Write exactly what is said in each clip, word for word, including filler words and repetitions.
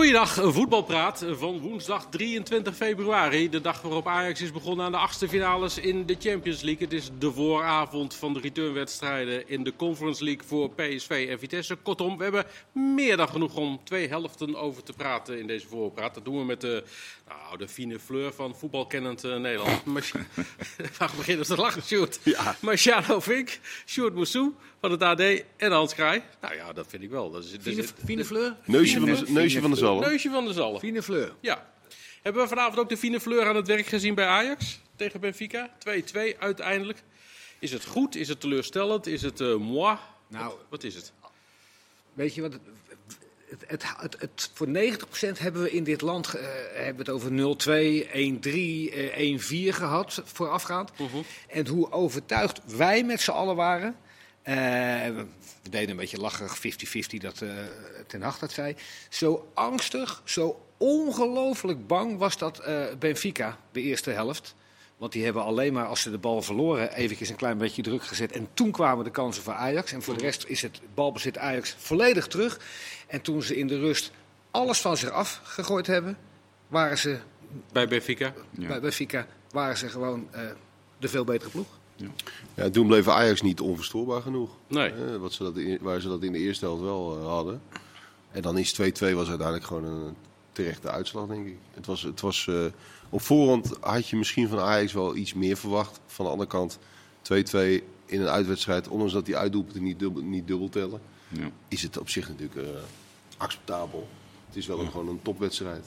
Goeiedag, voetbalpraat van woensdag drieëntwintig februari. De dag waarop Ajax is begonnen aan de achtste finales in de Champions League. Het is de vooravond van de returnwedstrijden in de Conference League voor P S V en Vitesse. Kortom, we hebben meer dan genoeg om twee helften over te praten in deze voorpraat. Dat doen we met de, nou, de fine fleur van voetbalkennend uh, Nederland. Waar beginnen we te lachen, Sjoerd? Ja. Marciano Vink, Sjoerd Moussou van het A D en Hans Kraai. Nou ja, dat vind ik wel. Dat is, fine, dat is, fine fleur? Neusje van de, neusje van de zalm. Neusje van de zalm. Fine fleur. Ja. Hebben we vanavond ook de fine fleur aan het werk gezien bij Ajax tegen Benfica? twee-twee uiteindelijk. Is het goed? Is het teleurstellend? Is het uh, moi? Nou, wat, wat is het? Weet je wat? Het, het, het, het, het, voor negentig procent hebben we in dit land uh, hebben het over nul-twee, één-drie, uh, één-vier gehad voorafgaand. Uh-huh. En hoe overtuigd wij met z'n allen waren. Uh, we deden een beetje lacherig, vijftig-vijftig, dat uh, Ten Hag dat zei. Zo angstig, zo ongelooflijk bang was dat uh, Benfica, de eerste helft. Want die hebben alleen maar, als ze de bal verloren, eventjes een klein beetje druk gezet. En toen kwamen de kansen voor Ajax. En voor de rest is het balbezit Ajax volledig terug. En toen ze in de rust alles van zich afgegooid hebben, waren ze... Bij Benfica? Ja. Bij Benfica waren ze gewoon uh, de veel betere ploeg. Ja. Ja, toen bleef Ajax niet onverstoorbaar genoeg. Nee. Eh, wat ze dat in, waar ze dat in de eerste helft wel uh, hadden. En dan is twee-twee was uiteindelijk gewoon een terechte uitslag, denk ik. Het was, het was, uh, op voorhand had je misschien van Ajax wel iets meer verwacht. Van de andere kant twee-twee in een uitwedstrijd, ondanks dat die uitdoelpunten niet dubbel, niet dubbel tellen. Ja. Is het op zich natuurlijk uh, acceptabel. Het is wel een, gewoon een topwedstrijd.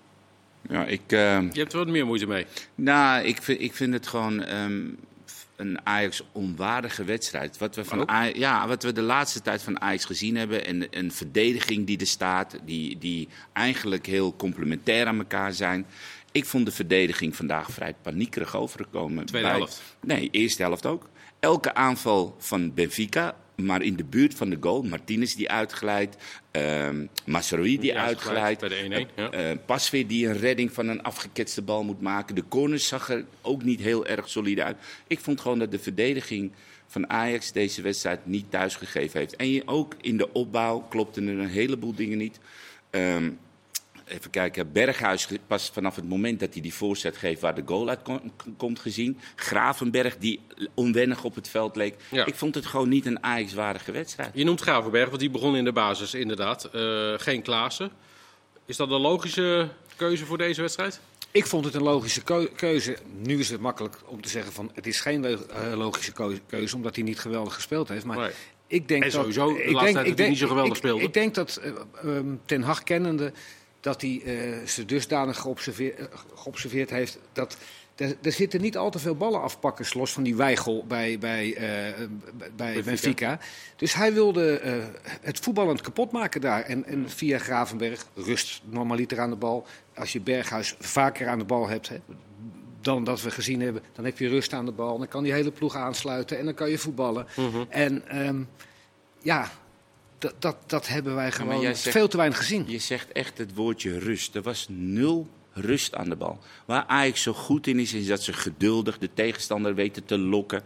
Ja, ik, uh, Je hebt er wat meer moeite mee. Nou, ik vind, ik vind het gewoon um, een Ajax-onwaardige wedstrijd. Wat we, van Ajax, ja, wat we de laatste tijd van Ajax gezien hebben. En een verdediging die er staat, die, die eigenlijk heel complementair aan elkaar zijn. Ik vond de verdediging vandaag vrij paniekerig overgekomen. Tweede bij, helft. Nee, eerste helft ook. Elke aanval van Benfica, maar in de buurt van de goal. Martinez die uitglijdt, uh, Mazraoui die, die uitglijdt. Bij de één-één, ja. uh, Pasveer die een redding van een afgeketste bal moet maken. De corners zag er ook niet heel erg solide uit. Ik vond gewoon dat de verdediging van Ajax deze wedstrijd niet thuisgegeven heeft. En je, ook in de opbouw klopten er een heleboel dingen niet. Um, Even kijken, Berghuis pas vanaf het moment dat hij die voorzet geeft waar de goal uit kom, komt gezien. Gravenberg die onwennig op het veld leek. Ja. Ik vond het gewoon niet een Ajax-waardige wedstrijd. Je noemt Gravenberg, want die begon in de basis inderdaad. Uh, geen Klaassen. Is dat een logische keuze voor deze wedstrijd? Ik vond het een logische keuze. Nu is het makkelijk om te zeggen van het is geen logische keuze omdat hij niet geweldig gespeeld heeft. Maar nee. ik denk en sowieso, dat, de ik laatste denk, tijd ik denk, niet zo geweldig ik, speelde. Ik, ik denk dat uh, um, Ten Hag kennende dat hij uh, ze dusdanig geobserveerd, uh, geobserveerd heeft dat er, er zitten niet al te veel ballen afpakkers los van die Weigel bij, bij, uh, bij Benfica. Benfica. Dus hij wilde uh, het voetballend kapot maken daar. En, en via Gravenberg, rust normaliter aan de bal. Als je Berghuis vaker aan de bal hebt, hè, dan dat we gezien hebben, dan heb je rust aan de bal. Dan kan die hele ploeg aansluiten en dan kan je voetballen. Mm-hmm. En um, ja... Dat, dat, dat hebben wij gewoon ja, zegt, veel te weinig gezien. Je zegt echt het woordje rust. Er was nul rust aan de bal. Waar Ajax zo goed in is, is dat ze geduldig de tegenstander weten te lokken.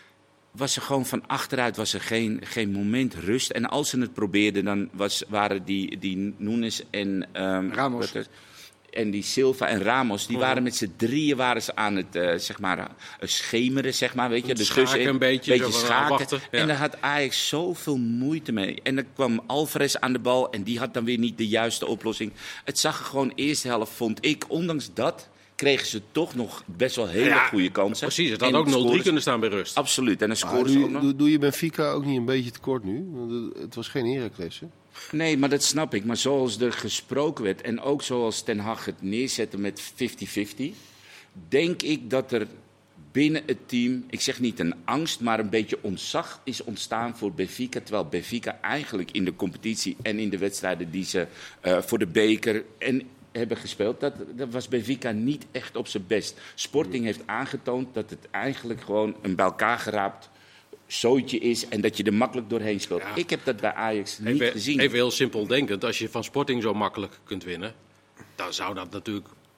Was er gewoon van achteruit was er geen, geen moment rust. En als ze het probeerden, dan was, waren die, die Nunes en um, Ramos. Wat, en die Silva en Ramos, die waren met z'n drieën waren ze aan het uh, zeg maar, uh, schemeren, zeg maar, weet je. Dus schaken een beetje, beetje schaken. Ja. En daar had Ajax zoveel moeite mee. En dan kwam Alvarez aan de bal en die had dan weer niet de juiste oplossing. Het zag er gewoon eerste helft, vond ik, ondanks dat kregen ze toch nog best wel hele ja, goede kansen. Precies, het had ook nul drie kunnen staan bij rust. Absoluut. En dan scoren ah, ze doe, ook nog. Doe, doe je Benfica ook niet een beetje tekort nu? Want het was geen Heracles, hè? Nee, maar dat snap ik. Maar zoals er gesproken werd en ook zoals Ten Hag het neerzette met vijftig-vijftig... denk ik dat er binnen het team, ik zeg niet een angst, maar een beetje ontzag is ontstaan voor Benfica. Terwijl Benfica eigenlijk in de competitie en in de wedstrijden die ze uh, voor de beker en hebben gespeeld, dat, dat was Benfica niet echt op zijn best. Sporting heeft aangetoond dat het eigenlijk gewoon een bij elkaar geraapt zootje is en dat je er makkelijk doorheen speelt. Ja. Ik heb dat bij Ajax niet even, gezien. Even heel simpel denkend, als je van Sporting zo makkelijk kunt winnen, dan zou dat natuurlijk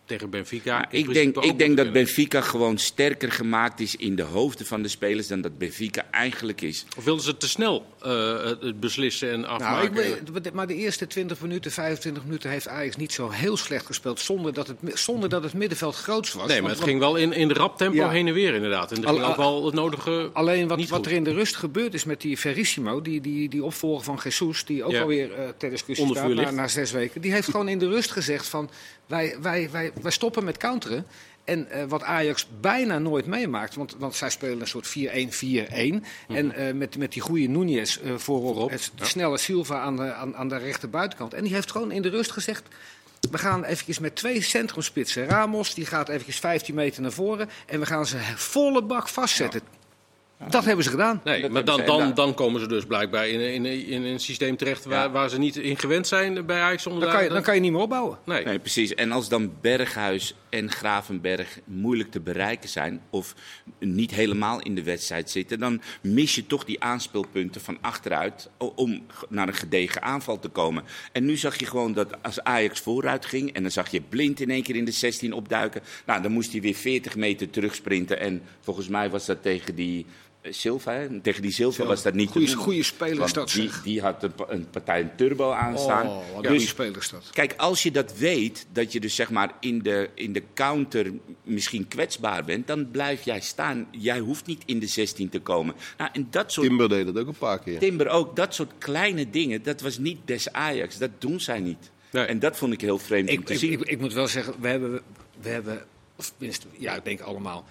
tegen Benfica. Ja, ik denk, ik denk dat Benfica gewoon sterker gemaakt is in de hoofden van de spelers dan dat Benfica eigenlijk is. Of wilden ze te snel uh, het beslissen en afmaken? Nou, ik ben, maar de eerste twintig minuten, vijfentwintig minuten heeft Ajax niet zo heel slecht gespeeld zonder dat het, zonder dat het middenveld groots was. Nee, maar want, het ging wel in, in rap tempo ja. heen en weer inderdaad. En er ging ook wel het nodige. Alleen wat, niet wat goed. er in de rust gebeurd is met die Verissimo, die, die, die opvolger van Jesus, die ook Ja. alweer uh, ter discussie Onder vuur staat ligt. na, na zes weken. Die heeft gewoon in de rust gezegd van wij, wij, wij, wij stoppen met counteren. En uh, wat Ajax bijna nooit meemaakt, want, want zij spelen een soort vier-een vier-een. Mm-hmm. En uh, met, met die goede Núñez uh, voorop, Voorop, het ja. snelle Silva aan de, aan, aan de rechterbuitenkant. En die heeft gewoon in de rust gezegd, we gaan eventjes met twee centrumspitsen. Ramos, die gaat eventjes vijftien meter naar voren. En we gaan ze volle bak vastzetten. Ja. Ja. Dat hebben ze gedaan. Nee, dat maar dan, ze dan, dan komen ze dus blijkbaar in, in, in een systeem terecht waar, ja. waar ze niet in gewend zijn bij Ajax. Dan kan, je, dan kan je niet meer opbouwen. Nee. Nee, precies. En als dan Berghuis en Gravenberg moeilijk te bereiken zijn of niet helemaal in de wedstrijd zitten, dan mis je toch die aanspeelpunten van achteruit om naar een gedegen aanval te komen. En nu zag je gewoon dat als Ajax vooruit ging en dan zag je Blind in één keer in de zestien opduiken, nou, dan moest hij weer veertig meter terugsprinten en volgens mij was dat tegen die Silva, hè? Tegen die Silva was dat niet goeie, te doen. Goede speler is dat, die, zeg. die had een, een partij een turbo aanstaan. Oh, wat dus, goede speler is dat. Kijk, als je dat weet, dat je dus zeg maar in de, in de counter misschien kwetsbaar bent, dan blijf jij staan. Jij hoeft niet in de zestien te komen. Nou, en dat soort, Timber deed dat ook een paar keer. Timber ook, dat soort kleine dingen, dat was niet des Ajax. Dat doen zij niet. Nee. En dat vond ik heel vreemd om Ik, te ik, zien. ik, ik moet wel zeggen, we hebben, we hebben of minst, ja, ik denk allemaal.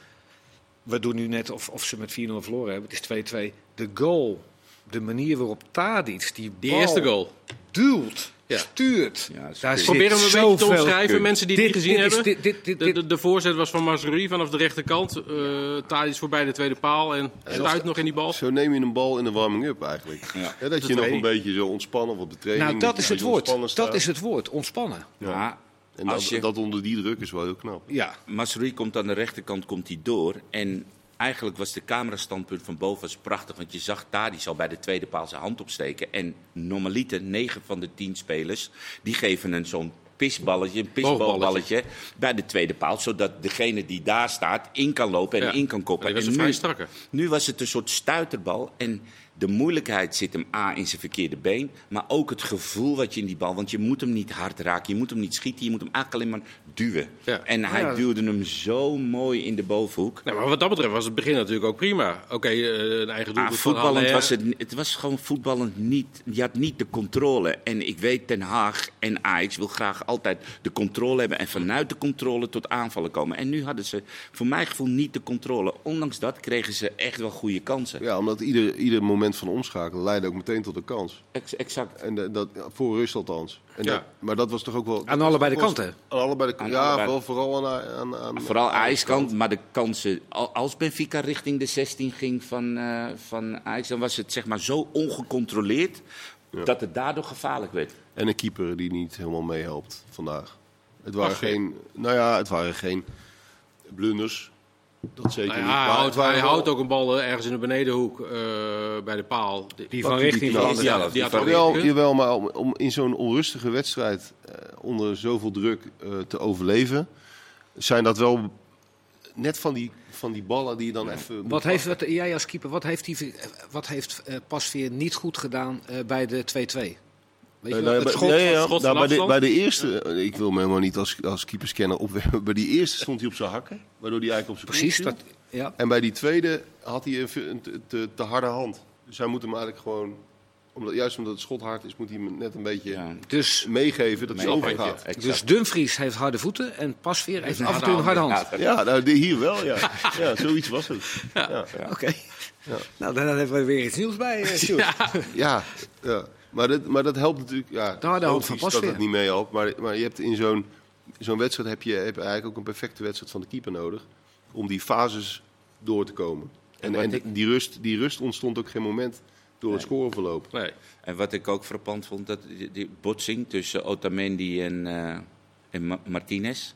We doen nu net of, of ze met vier nul verloren hebben. Het is twee-twee. De goal, de manier waarop Tadic die, Die bal eerste goal. duwt, Ja. stuurt. Ja, dat is Daar goed. zit Probeer hem een beetje te zoveel omschrijven, kunst. mensen die Dit- het niet gezien dit is- hebben. dit- dit- dit- De, de, de voorzet was van Mazraoui vanaf de rechterkant. Uh, Tadic voorbij de tweede paal en stuit nog in die bal. Zo neem je een bal in de warming-up eigenlijk. Ja. Ja, dat De je nog training. een beetje zo ontspannen of op de training. Nou, dat je is een het beetje woord. ontspannen staat. Dat is het woord, ontspannen. Ja, En dat, als je- dat onder die druk is wel heel knap. Ja. Mazraoui komt aan de rechterkant komt hij door. En eigenlijk was de camerastandpunt van boven was prachtig. Want je zag Tadic al bij de tweede paal zijn hand opsteken. En normaliter, negen van de tien spelers, die geven een zo'n pisballetje, een pisbalballetje bij de tweede paal. Zodat degene die daar staat in kan lopen en Ja. in kan koppen. Die was En een nu, vrij strakke. nu was het een soort stuiterbal. En de moeilijkheid zit hem A in zijn verkeerde been. Maar ook het gevoel wat je in die bal... Want je moet hem niet hard raken, je moet hem niet schieten. Je moet hem eigenlijk alleen maar duwen. Ja. En hij Ja. duwde hem zo mooi in de bovenhoek. Nou, maar wat dat betreft was het begin natuurlijk ook prima. Oké, okay, uh, een eigen doel. Ah, voetballend was het, het was gewoon voetballend niet. Je had niet de controle. En ik weet, Ten Hag en Ajax wil graag altijd de controle hebben. En vanuit de controle tot aanvallen komen. En nu hadden ze, voor mijn gevoel, niet de controle. Ondanks dat kregen ze echt wel goede kansen. Ja, omdat ieder, ieder moment van omschakelen leidde ook meteen tot een kans. Ex- exact. En de, dat, voor rust althans. En Ja. dat, maar dat was toch ook wel... Aan allebei de kanten. Aan allebei de kanten. Aan Ja, allebei. Wel, vooral aan... aan, aan Vooral aan Ajax de kant. kant, maar de kansen. al- Als Benfica richting de zestien ging van, uh, van Ajax, dan was het zeg maar zo ongecontroleerd Ja. dat het daardoor gevaarlijk werd. En een keeper die niet helemaal meehelpt vandaag. Het waren Ach, geen... Nou ja, het waren geen blunders. Dat zeker Nou niet. ja, hij Maar houdt, het waren hij wel- houdt ook een bal uh, ergens in de benedenhoek uh, bij de paal. Die van Pak richting die veranderd. Ja, Ja, die die had van ook Jawel, gekund. jawel, maar om, om in zo'n onrustige wedstrijd eh, onder zoveel druk eh, te overleven, zijn dat wel net van die, van die ballen die je dan even... moet Wat heeft pakken. wat, jij als keeper, wat heeft, die, wat heeft uh, Pasveer niet goed gedaan uh, bij de twee-twee? Weet je Eh, wel, nou, het bij- schot, ja, ja, ja. schot Nou, van bij, de, afstand? bij de eerste, eh, ik wil me helemaal niet als, als keeperscanner opwerpen, bij die eerste stond hij op zijn hakken, waardoor hij eigenlijk op zijn precies. kont Dat, viel. ja. En bij die tweede had hij een, een te, te, te harde hand. Dus hij moet hem eigenlijk gewoon, omdat, juist omdat het schot hard is, moet hij hem net een beetje Ja. Dus, meegeven dat hij Meegeven, overgaat. exact. dus Dumfries heeft harde voeten en Pasveer heeft af en toe een harde hand. Ja, Ja, nou, die hier wel, ja. Ja, zoiets was het. Ja, Oké. Nou, dan hebben we weer iets nieuws bij. Uh, Sjoerd. Ja. ja, ja. Maar, dat, maar dat helpt natuurlijk. Ja, De harde hand logisch van dat Pasveer. het niet meehelpt. Maar, maar je hebt in zo'n zo'n wedstrijd heb je, heb je eigenlijk ook een perfecte wedstrijd van de keeper nodig. Om die fases door te komen. En, wat en ik- die, rust, die rust ontstond ook geen moment door het Nee. scoreverloop. Nee. En wat ik ook frappant vond, dat die, die botsing tussen Otamendi en, uh, en Ma- Martinez.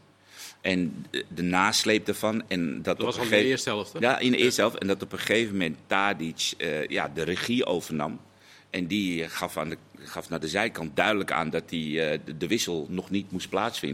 En de, de nasleep daarvan. En dat Dat op was een al in de gege- eerste helft, hè? Ja, in de eerste helft. En dat op een gegeven moment Tadic uh, ja, de regie overnam. En die uh, gaf, aan de, gaf naar de zijkant duidelijk aan dat die, uh, de, de wissel nog niet moest plaatsvinden.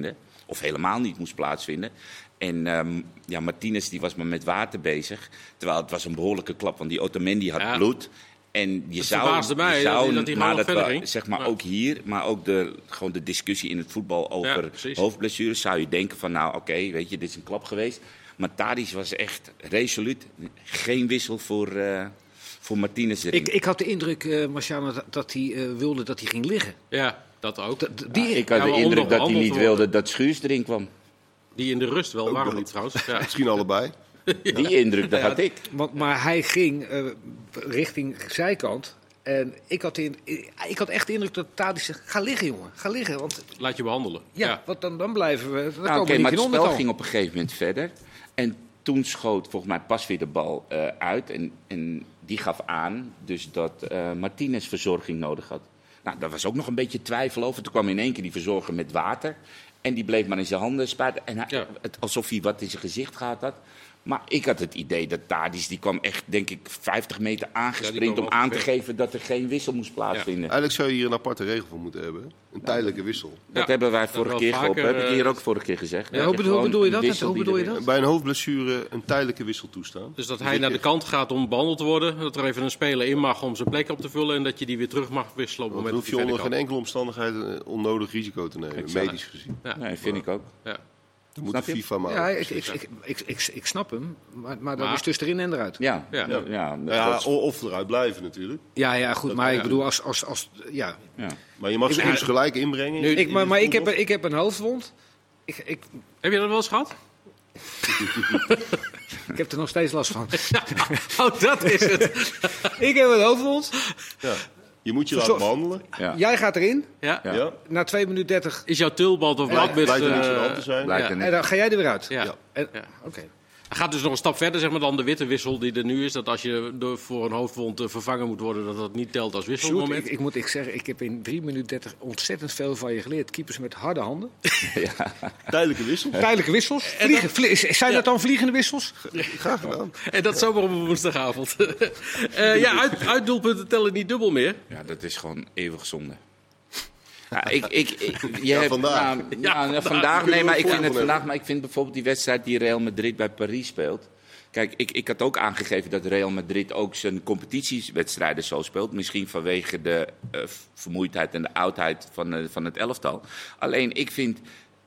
of helemaal niet moest plaatsvinden. En um, ja, Martinez die was maar met water bezig. Terwijl het was een behoorlijke klap, want die Otamendi had ja. bloed. En je het zou, verbaasde mij je zou dat hij maar gewoon dat verder we, ging. zeg maar Ja. ook hier, maar ook de, gewoon de discussie in het voetbal over Ja, hoofdblessures, zou je denken van nou oké, okay, weet je, dit is een klap geweest. Maar Tadic was echt resoluut. Geen wissel voor, uh, voor Martinez erin. Ik, ik had de indruk, uh, Marciano, dat, dat hij uh, wilde dat hij ging liggen. Ja, dat ook. D- die, Ja, ik had Ja, de maar om indruk nog dat hij behandeld niet te wilde worden. dat Schuurs erin kwam. Die in de rust wel warm dat. liep trouwens. Ja. Misschien allebei. Die indruk, dat Ja, had ik. Want, maar hij ging uh, richting zijkant. En ik had, in, ik had echt de indruk dat Tadic zei, ga liggen jongen, ga liggen. Want Laat je behandelen. ja, Ja. Want dan, dan blijven we, dan Nou, komen Oké, we niet maar in het spel ondertal. ging op een gegeven moment verder. En toen schoot volgens mij pas weer de bal uh, uit. En, en die gaf aan dus dat uh, Martinez verzorging nodig had. Nou, daar was ook nog een beetje twijfel over. Toen kwam in één keer die verzorger met water. En die bleef maar in zijn handen spuiten. En hij, Ja. het, alsof hij wat in zijn gezicht gehad had. Maar ik had het idee dat Tadic, die kwam echt, denk ik, vijftig meter Ja, aangesprint die kwam om aan te ook geven dat er geen wissel moest plaatsvinden. Eigenlijk zou je hier een aparte regel voor moeten hebben. Een tijdelijke wissel. Dat Ja, hebben wij dat vorige wel keer geholpen. vaker, Heb ik hier uh, ook vorige keer gezegd. Ja, Dat hoe je bedoel- gewoon bedoel je een dat? wissel Hoe die bedoel je er- dat? Bij een hoofdblessure een tijdelijke wissel toestaan. Dus dat hij naar de kant gaat om behandeld te worden. Dat er even een speler in mag om zijn plek op te vullen. En dat je die weer terug mag wisselen op het Dan moment hoef dat je hij onder verder geen kan. enkele omstandigheid een onnodig risico te nemen, Exact. medisch gezien. Ja. Nee, vind ik ook. Ja. Dat moet de Snap je? FIFA maar. Ja, ik, ik, ik, ik, ik, ik snap hem, maar, maar dat Maar- is tussenin en eruit. Ja, Ja. ja. ja, Nou ja, dat is- o- of eruit blijven natuurlijk. Ja, ja, goed, maar ik ja. bedoel, als, als, als, ja. ja. Maar je mag ze Ik- dus gelijk inbrengen. Nu- Ik, maar maar ik, heb, ik heb een hoofdwond. Ik, ik, Heb je dat wel eens gehad? ik heb er nog steeds last van. Oh, dat is het. Ik heb een hoofdwond. Ja. Je moet je Verzorg- laten behandelen. Ja. Jij gaat erin. Ja. Ja. Ja. Na twee minuten dertig. Is jouw tulband of Blijkt wat met... blijkt er niks aan de eh, hand te zijn. Blijkt ja. er En niks. dan ga jij er weer uit. Ja. Ja. En- Ja. Oké. Hij gaat dus nog een stap verder, zeg maar, dan de witte wissel die er nu is. Dat als je door, voor een hoofdwond eh, vervangen moet worden, dat dat niet telt als Sjoerd, wisselmoment. ik, ik moet ik zeggen, ik heb in drie minuten dertig ontzettend veel van je geleerd. Keepers met harde handen. Tijdelijke wissel. Tijdelijke wissels. Vliegen, vlie- zijn dat dan vliegende wissels? Graag gedaan. En dat zomaar op een woensdagavond. Eh, ja, uit, uitdoelpunten tellen niet dubbel meer. Ja, dat is gewoon eeuwig zonde. Ja, ik, ik, ik, je Ja, hebt, vandaag. nou, Ja, ja, vandaag. vandaag. Kunnen Nee, we maar een ik vind het voorbeeld vandaag. Maar ik vind bijvoorbeeld die wedstrijd die Real Madrid bij Paris speelt. Kijk, ik, ik had ook aangegeven dat Real Madrid ook zijn competitiewedstrijden zo speelt. Misschien vanwege de uh, vermoeidheid en de oudheid van, uh, van het elftal. Alleen ik vind.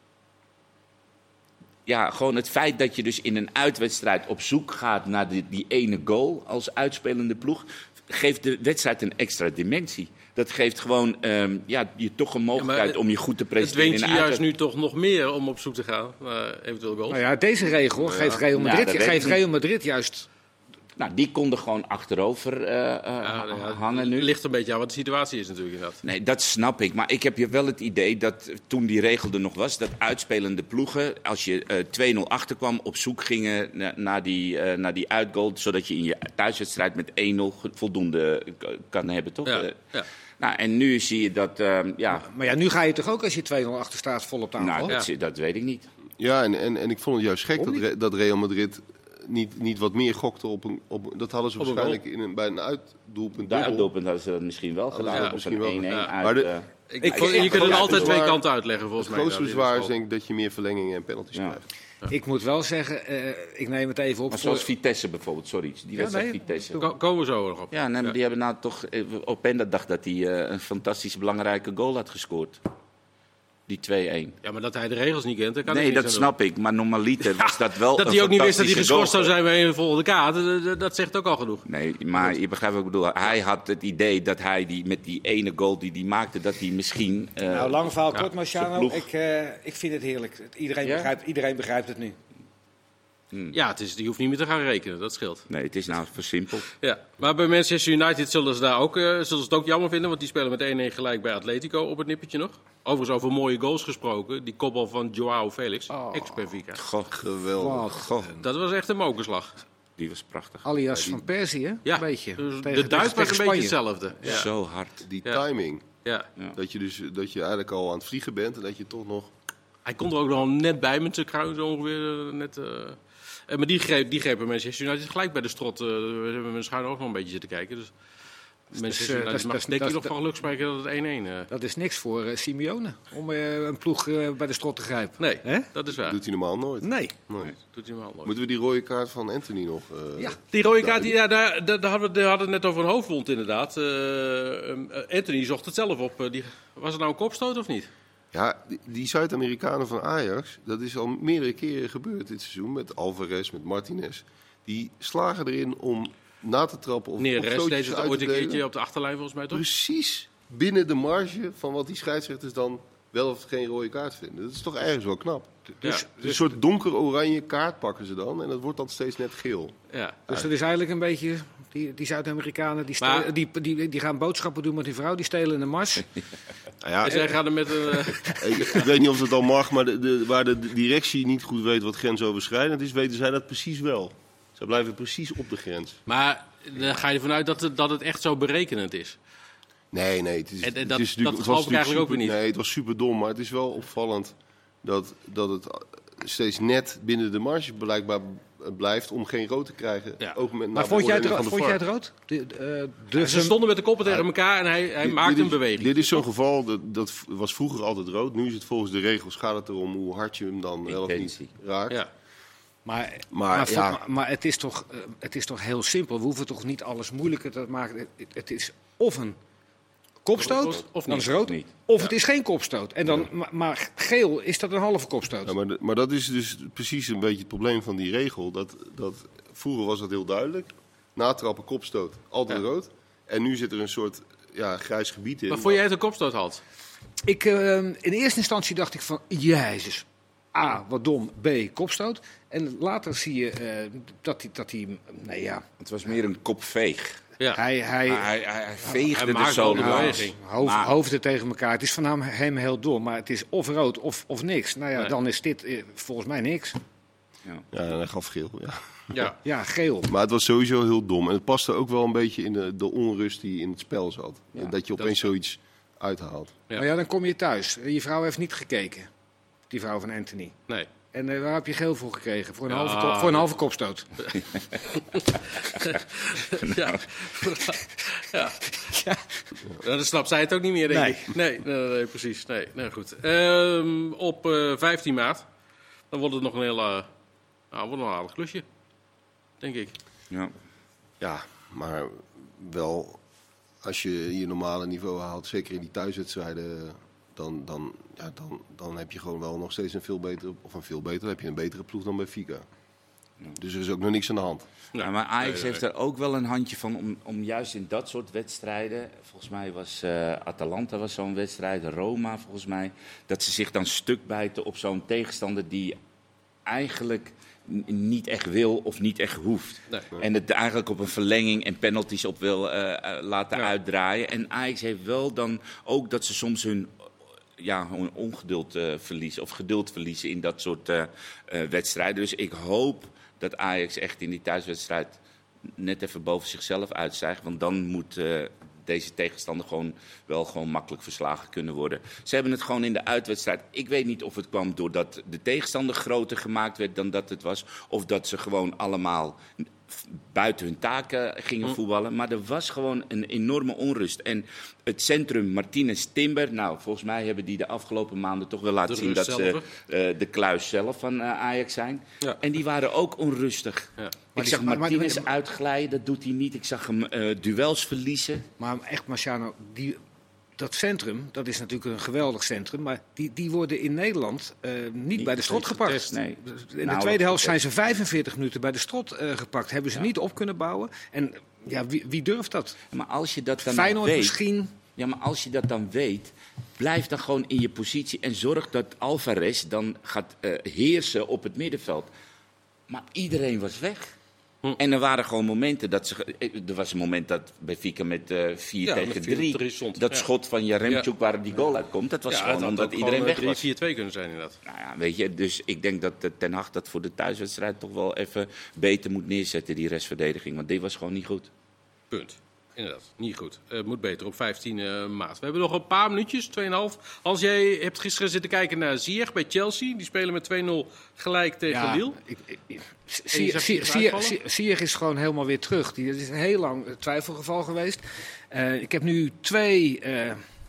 Ja, gewoon het feit dat je dus in een uitwedstrijd op zoek gaat naar die, die ene goal als uitspelende ploeg, geeft de wedstrijd een extra dimensie. Dat geeft gewoon um, ja, je toch een mogelijkheid het- om je goed te Het presenteren. dwingt in je een juist uitwedstrijd. nu toch nog meer om op zoek te gaan naar eventueel goals. Nou ja, deze regel geeft Real Ja, Madrid, dat weet geeft ik Real Madrid juist. Nou, die konden gewoon achterover uh, uh, Ja, nou ja, hangen nu. Het ligt een beetje aan wat de situatie is natuurlijk inderdaad. Nee, dat snap ik. Maar ik heb je wel het idee dat toen die regel er nog was, dat uitspelende ploegen, als je uh, twee nul achterkwam, op zoek gingen na, naar, die, uh, naar die uitgoal, zodat je in je thuiswedstrijd met één nul voldoende k- kan hebben, toch? Ja, Uh, ja. Nou, en nu zie je dat, uh, ja, Maar ja, nu ga je toch ook als je twee nul achter staat vol op de aanval? nou, dat, Ja. dat weet ik niet. Ja, en, en, en ik vond het juist gek Waarom dat, Re- dat Real Madrid niet, niet wat meer gokte op een... Op, dat hadden ze Op een waarschijnlijk in een, bij een uitdoelpunt. Daar dubbel. doelpunt hadden ze dat misschien wel gedaan. ja, of misschien een wel. één-één Ja. uit. Maar de- uh, Ik, Ik- ik, je ik- kunt er het altijd twee bezwaar- kanten uitleggen volgens Het mij. grootste daar, in ieder bezwaar is geval. denk ik dat je meer verlengingen en penalties Ja. krijgt. Ik moet wel zeggen, eh, ik neem het even op. maar voor- zoals Vitesse bijvoorbeeld, sorry. Die wedstrijd nee, Vitesse. Ko- Komen we zo nog op. Ja, nee, maar die hebben nou toch eh, op en dat dacht dat hij eh, een fantastisch belangrijke goal had gescoord. Die twee-één. Ja, maar dat hij de regels niet kent, daar kan ik Nee, niks dat aan snap ik. Maar normaliter was dat wel doen. Dat een hij ook niet wist dat hij fantastische geschorst zou goal. zijn bij een volgende kaart, dat, dat- dat zegt ook al genoeg. Nee, maar je begrijpt wat ik bedoel. Hij had het idee dat hij die, met die ene goal die hij maakte, dat hij misschien... eh, nou, lang verhaal ja, kort, Marciano. zijn ploeg. Ik, eh, ik vind het heerlijk. Iedereen, Ja? begrijpt, iedereen begrijpt het nu. Ja, het is, die hoeft niet meer te gaan rekenen, dat scheelt. Nee, het is nou versimpeld. Ja. Maar bij Manchester United zullen ze, daar ook, eh, zullen ze het ook jammer vinden, want die spelen met één-één gelijk bij Atletico op het nippertje nog. Overigens over mooie goals gesproken, die kopbal van Joao Felix, ex-Benfica. Goh, Geweldig. goh, Dat was echt een mokerslag. die was prachtig. Alias van Persie, hè? Ja, Een beetje. dus Tegen- de Duits was tegen een beetje Spanje. hetzelfde. Ja. Zo hard. Die Ja. timing. Ja. Dat je, dus, dat je eigenlijk al aan het vliegen bent en dat je toch nog... Hij kon er ook nog net bij met zijn kruin zo ongeveer. eh, Net, eh. Eh, maar die greep, die greep bij Manchester United gelijk bij de strot. eh, we hebben met schuin ook nog een beetje zitten kijken. Dus Mensen, Dus, uh, uh, dat dat, mag, dat, denk dat, je nog dat, van geluk spreken dat het één-één... Uh... Dat is niks voor uh, Simeone, om uh, een ploeg uh, bij de strot te grijpen. Nee, Hè? dat is waar. Dat doet hij normaal nooit. Nee. nee. nee doet hij normaal nooit. Moeten we die rode kaart van Anthony nog... Uh, Ja. Die rode kaart, die, ja, daar, daar, daar hadden we het hadden net over een hoofdwond inderdaad. Uh, uh, Anthony zocht het zelf op. Uh, die, was het nou een kopstoot of niet? Ja, die, die Zuid-Amerikanen van Ajax, dat is al meerdere keren gebeurd dit seizoen. Met Alvarez, met Martinez. Die slagen erin om na te trappen of Neres deed het uit ooit te een delen. keertje op de achterlijn volgens mij toch? Precies binnen de marge van wat die scheidsrechters dan wel of geen rode kaart vinden. Dat is toch ergens wel knap. Dus, Ja. dus een soort donker-oranje kaart pakken ze dan en dat wordt dan steeds net geel. Ja. Dus dat is eigenlijk een beetje... Die, die Zuid-Amerikanen die, Maar- stelen- die, die, die gaan boodschappen doen met die vrouw. Die stelen een mars. Nou ja, En zij gaan er met een... Uh, ik, ik weet niet of dat al mag, maar de, de, waar de directie niet goed weet wat grensoverschrijdend is, weten zij dat precies wel. Ze blijven precies op de grens. maar dan ga je ervan uit dat het, dat het echt zo berekenend is. Nee, nee. Het is, En- en het dat- is natuurlijk- dat het geloof was ik eigenlijk natuurlijk ook weer niet. super- Nee, het was super dom, maar het is wel opvallend dat, dat het steeds net binnen de marge blijkbaar blijft om geen rood te krijgen. Ja. Ook met, Maar na vond jij het, beoordeling ro- van de vond jij V A R. het rood? De, uh, de, Ze stonden met de koppen tegen elkaar en hij, hij Dit- maakte dit een is- beweging. Dit is zo'n geval, dat, dat was vroeger altijd rood. Nu is het volgens de regels gaat het erom hoe hard je hem dan wel of niet Intentie. raakt. Ja. Maar, Maar, maar, ja. maar, maar het, is toch, uh, het is toch heel simpel. We hoeven toch niet alles moeilijker te maken. Het, het is of een kopstoot, Of- of dan niet. is het rood. Niet. Of het is geen kopstoot. En dan, maar, maar geel is dat een halve kopstoot. Ja, maar, de- maar dat is dus precies een beetje het probleem van die regel. Dat, dat, vroeger was dat heel duidelijk. Natrappen, kopstoot, altijd Ja. rood. En nu zit er een soort ja, grijs gebied in. Maar vond jij het een kopstoot had? Ik, uh, in eerste instantie dacht ik van, jezus, A, wat dom, B, kopstoot. En later zie je uh, dat hij, dat hij, nee ja, Het was meer een kopveeg. Ja. hij, hij, Hij, hij, hij veegde Hij er maakt zo wel een langs. beweging. hoofd, Maar- hoofden tegen elkaar. Het is van hem, hem heel dom, maar het is of rood of, of niks. Nou ja, Nee. dan is dit uh, volgens mij niks. Ja. Ja, en hij gaf geel. Ja. Ja. Ja, geel. Maar het was sowieso heel dom. En het paste ook wel een beetje in de, de onrust die in het spel zat. Ja, dat je dat opeens is- zoiets uithaalt. Ja. Maar ja, dan kom je thuis. Je vrouw heeft niet gekeken, die vrouw van Anthony. Nee. En uh, waar heb je geel voor gekregen? Voor een, Ja, halve, kop, voor een halve kopstoot. Ja. Ja. Ja. Dan snapt zij het ook niet meer, denk Nee. ik. Nee, nee, nee, nee, precies. Nee, nee, goed. Ehm, op uh, vijftien maart, dan wordt het nog een heel uh, nou, wordt nog een aardig klusje. Denk ik. Ja. Ja, maar wel als je je normale niveau haalt, zeker in die thuiswedstrijden, dan, dan, ja, dan, dan heb je gewoon wel nog steeds een veel betere, of een veel betere, heb je een betere ploeg dan bij Fika. Dus er is ook nog niks aan de hand. Ja, maar Ajax Nee, nee, heeft er ook wel een handje van om, om juist in dat soort wedstrijden... Volgens mij was uh, Atalanta was zo'n wedstrijd, Roma volgens mij... dat ze zich dan stuk bijten op zo'n tegenstander die eigenlijk n- niet echt wil of niet echt hoeft. Nee. En het eigenlijk op een verlenging en penalties op wil uh, uh, laten Ja. uitdraaien. En Ajax heeft wel dan ook dat ze soms hun... Ja, hun ongeduld uh, verliezen of geduld verliezen in dat soort uh, uh, wedstrijden. Dus ik hoop dat Ajax echt in die thuiswedstrijd net even boven zichzelf uitstijgt. Want dan moet uh, deze tegenstander gewoon wel gewoon makkelijk verslagen kunnen worden. Ze hebben het gewoon in de uitwedstrijd. Ik weet niet of het kwam doordat de tegenstander groter gemaakt werd dan dat het was. Of dat ze gewoon allemaal buiten hun taken gingen voetballen. Maar er was gewoon een enorme onrust. En het centrum Martinez Timber, nou, volgens mij hebben die de afgelopen maanden toch wel laten De zien rust dat zelf, ze uh, de kluis zelf van uh, Ajax zijn. Ja. En die waren ook onrustig. Ja. Ik die- zag maar- maar- Martinez maar- uitglijden, dat doet hij niet. Ik zag hem uh, duels verliezen. Maar echt, Marciano, die, dat centrum, dat is natuurlijk een geweldig centrum. Maar die, die worden in Nederland uh, niet, Niet bij de strot steeds gepakt. getest, nee. In de Nou, tweede helft zijn getest. ze vijfenveertig minuten bij de strot uh, gepakt. Hebben ze Ja. niet op kunnen bouwen. En ja, wie, wie durft dat? Maar als je dat dan Feyenoord weet, misschien. ja, maar als je dat dan weet, blijf dan gewoon in je positie en zorg dat Alvarez dan gaat uh, heersen op het middenveld. Maar iedereen was weg. Hm. En er waren gewoon momenten dat ze. Er was een moment dat Benfica met uh, vier Ja, tegen met vier drie. drie stond. Dat Ja. schot van Jaremchuk Ja. waar die goal uitkomt. Dat was Ja, gewoon het had omdat ook iedereen gewoon, weg uh, drie was. vier twee kunnen zijn inderdaad. Nou ja, weet je, dus ik denk dat uh, Ten Hag dat voor de thuiswedstrijd toch wel even beter moet neerzetten, die restverdediging. Want die was gewoon niet goed. Punt. Inderdaad, niet goed. Het uh, moet beter op vijftien uh, maart. We hebben nog een paar minuutjes, twee komma vijf. Als jij hebt gisteren zitten kijken naar Ziyech bij Chelsea. Die spelen met twee nul gelijk tegen ja, Lille. Ziyech is gewoon helemaal weer terug. Die, dat is een heel lang twijfelgeval geweest. Uh, ik heb nu twee... Uh,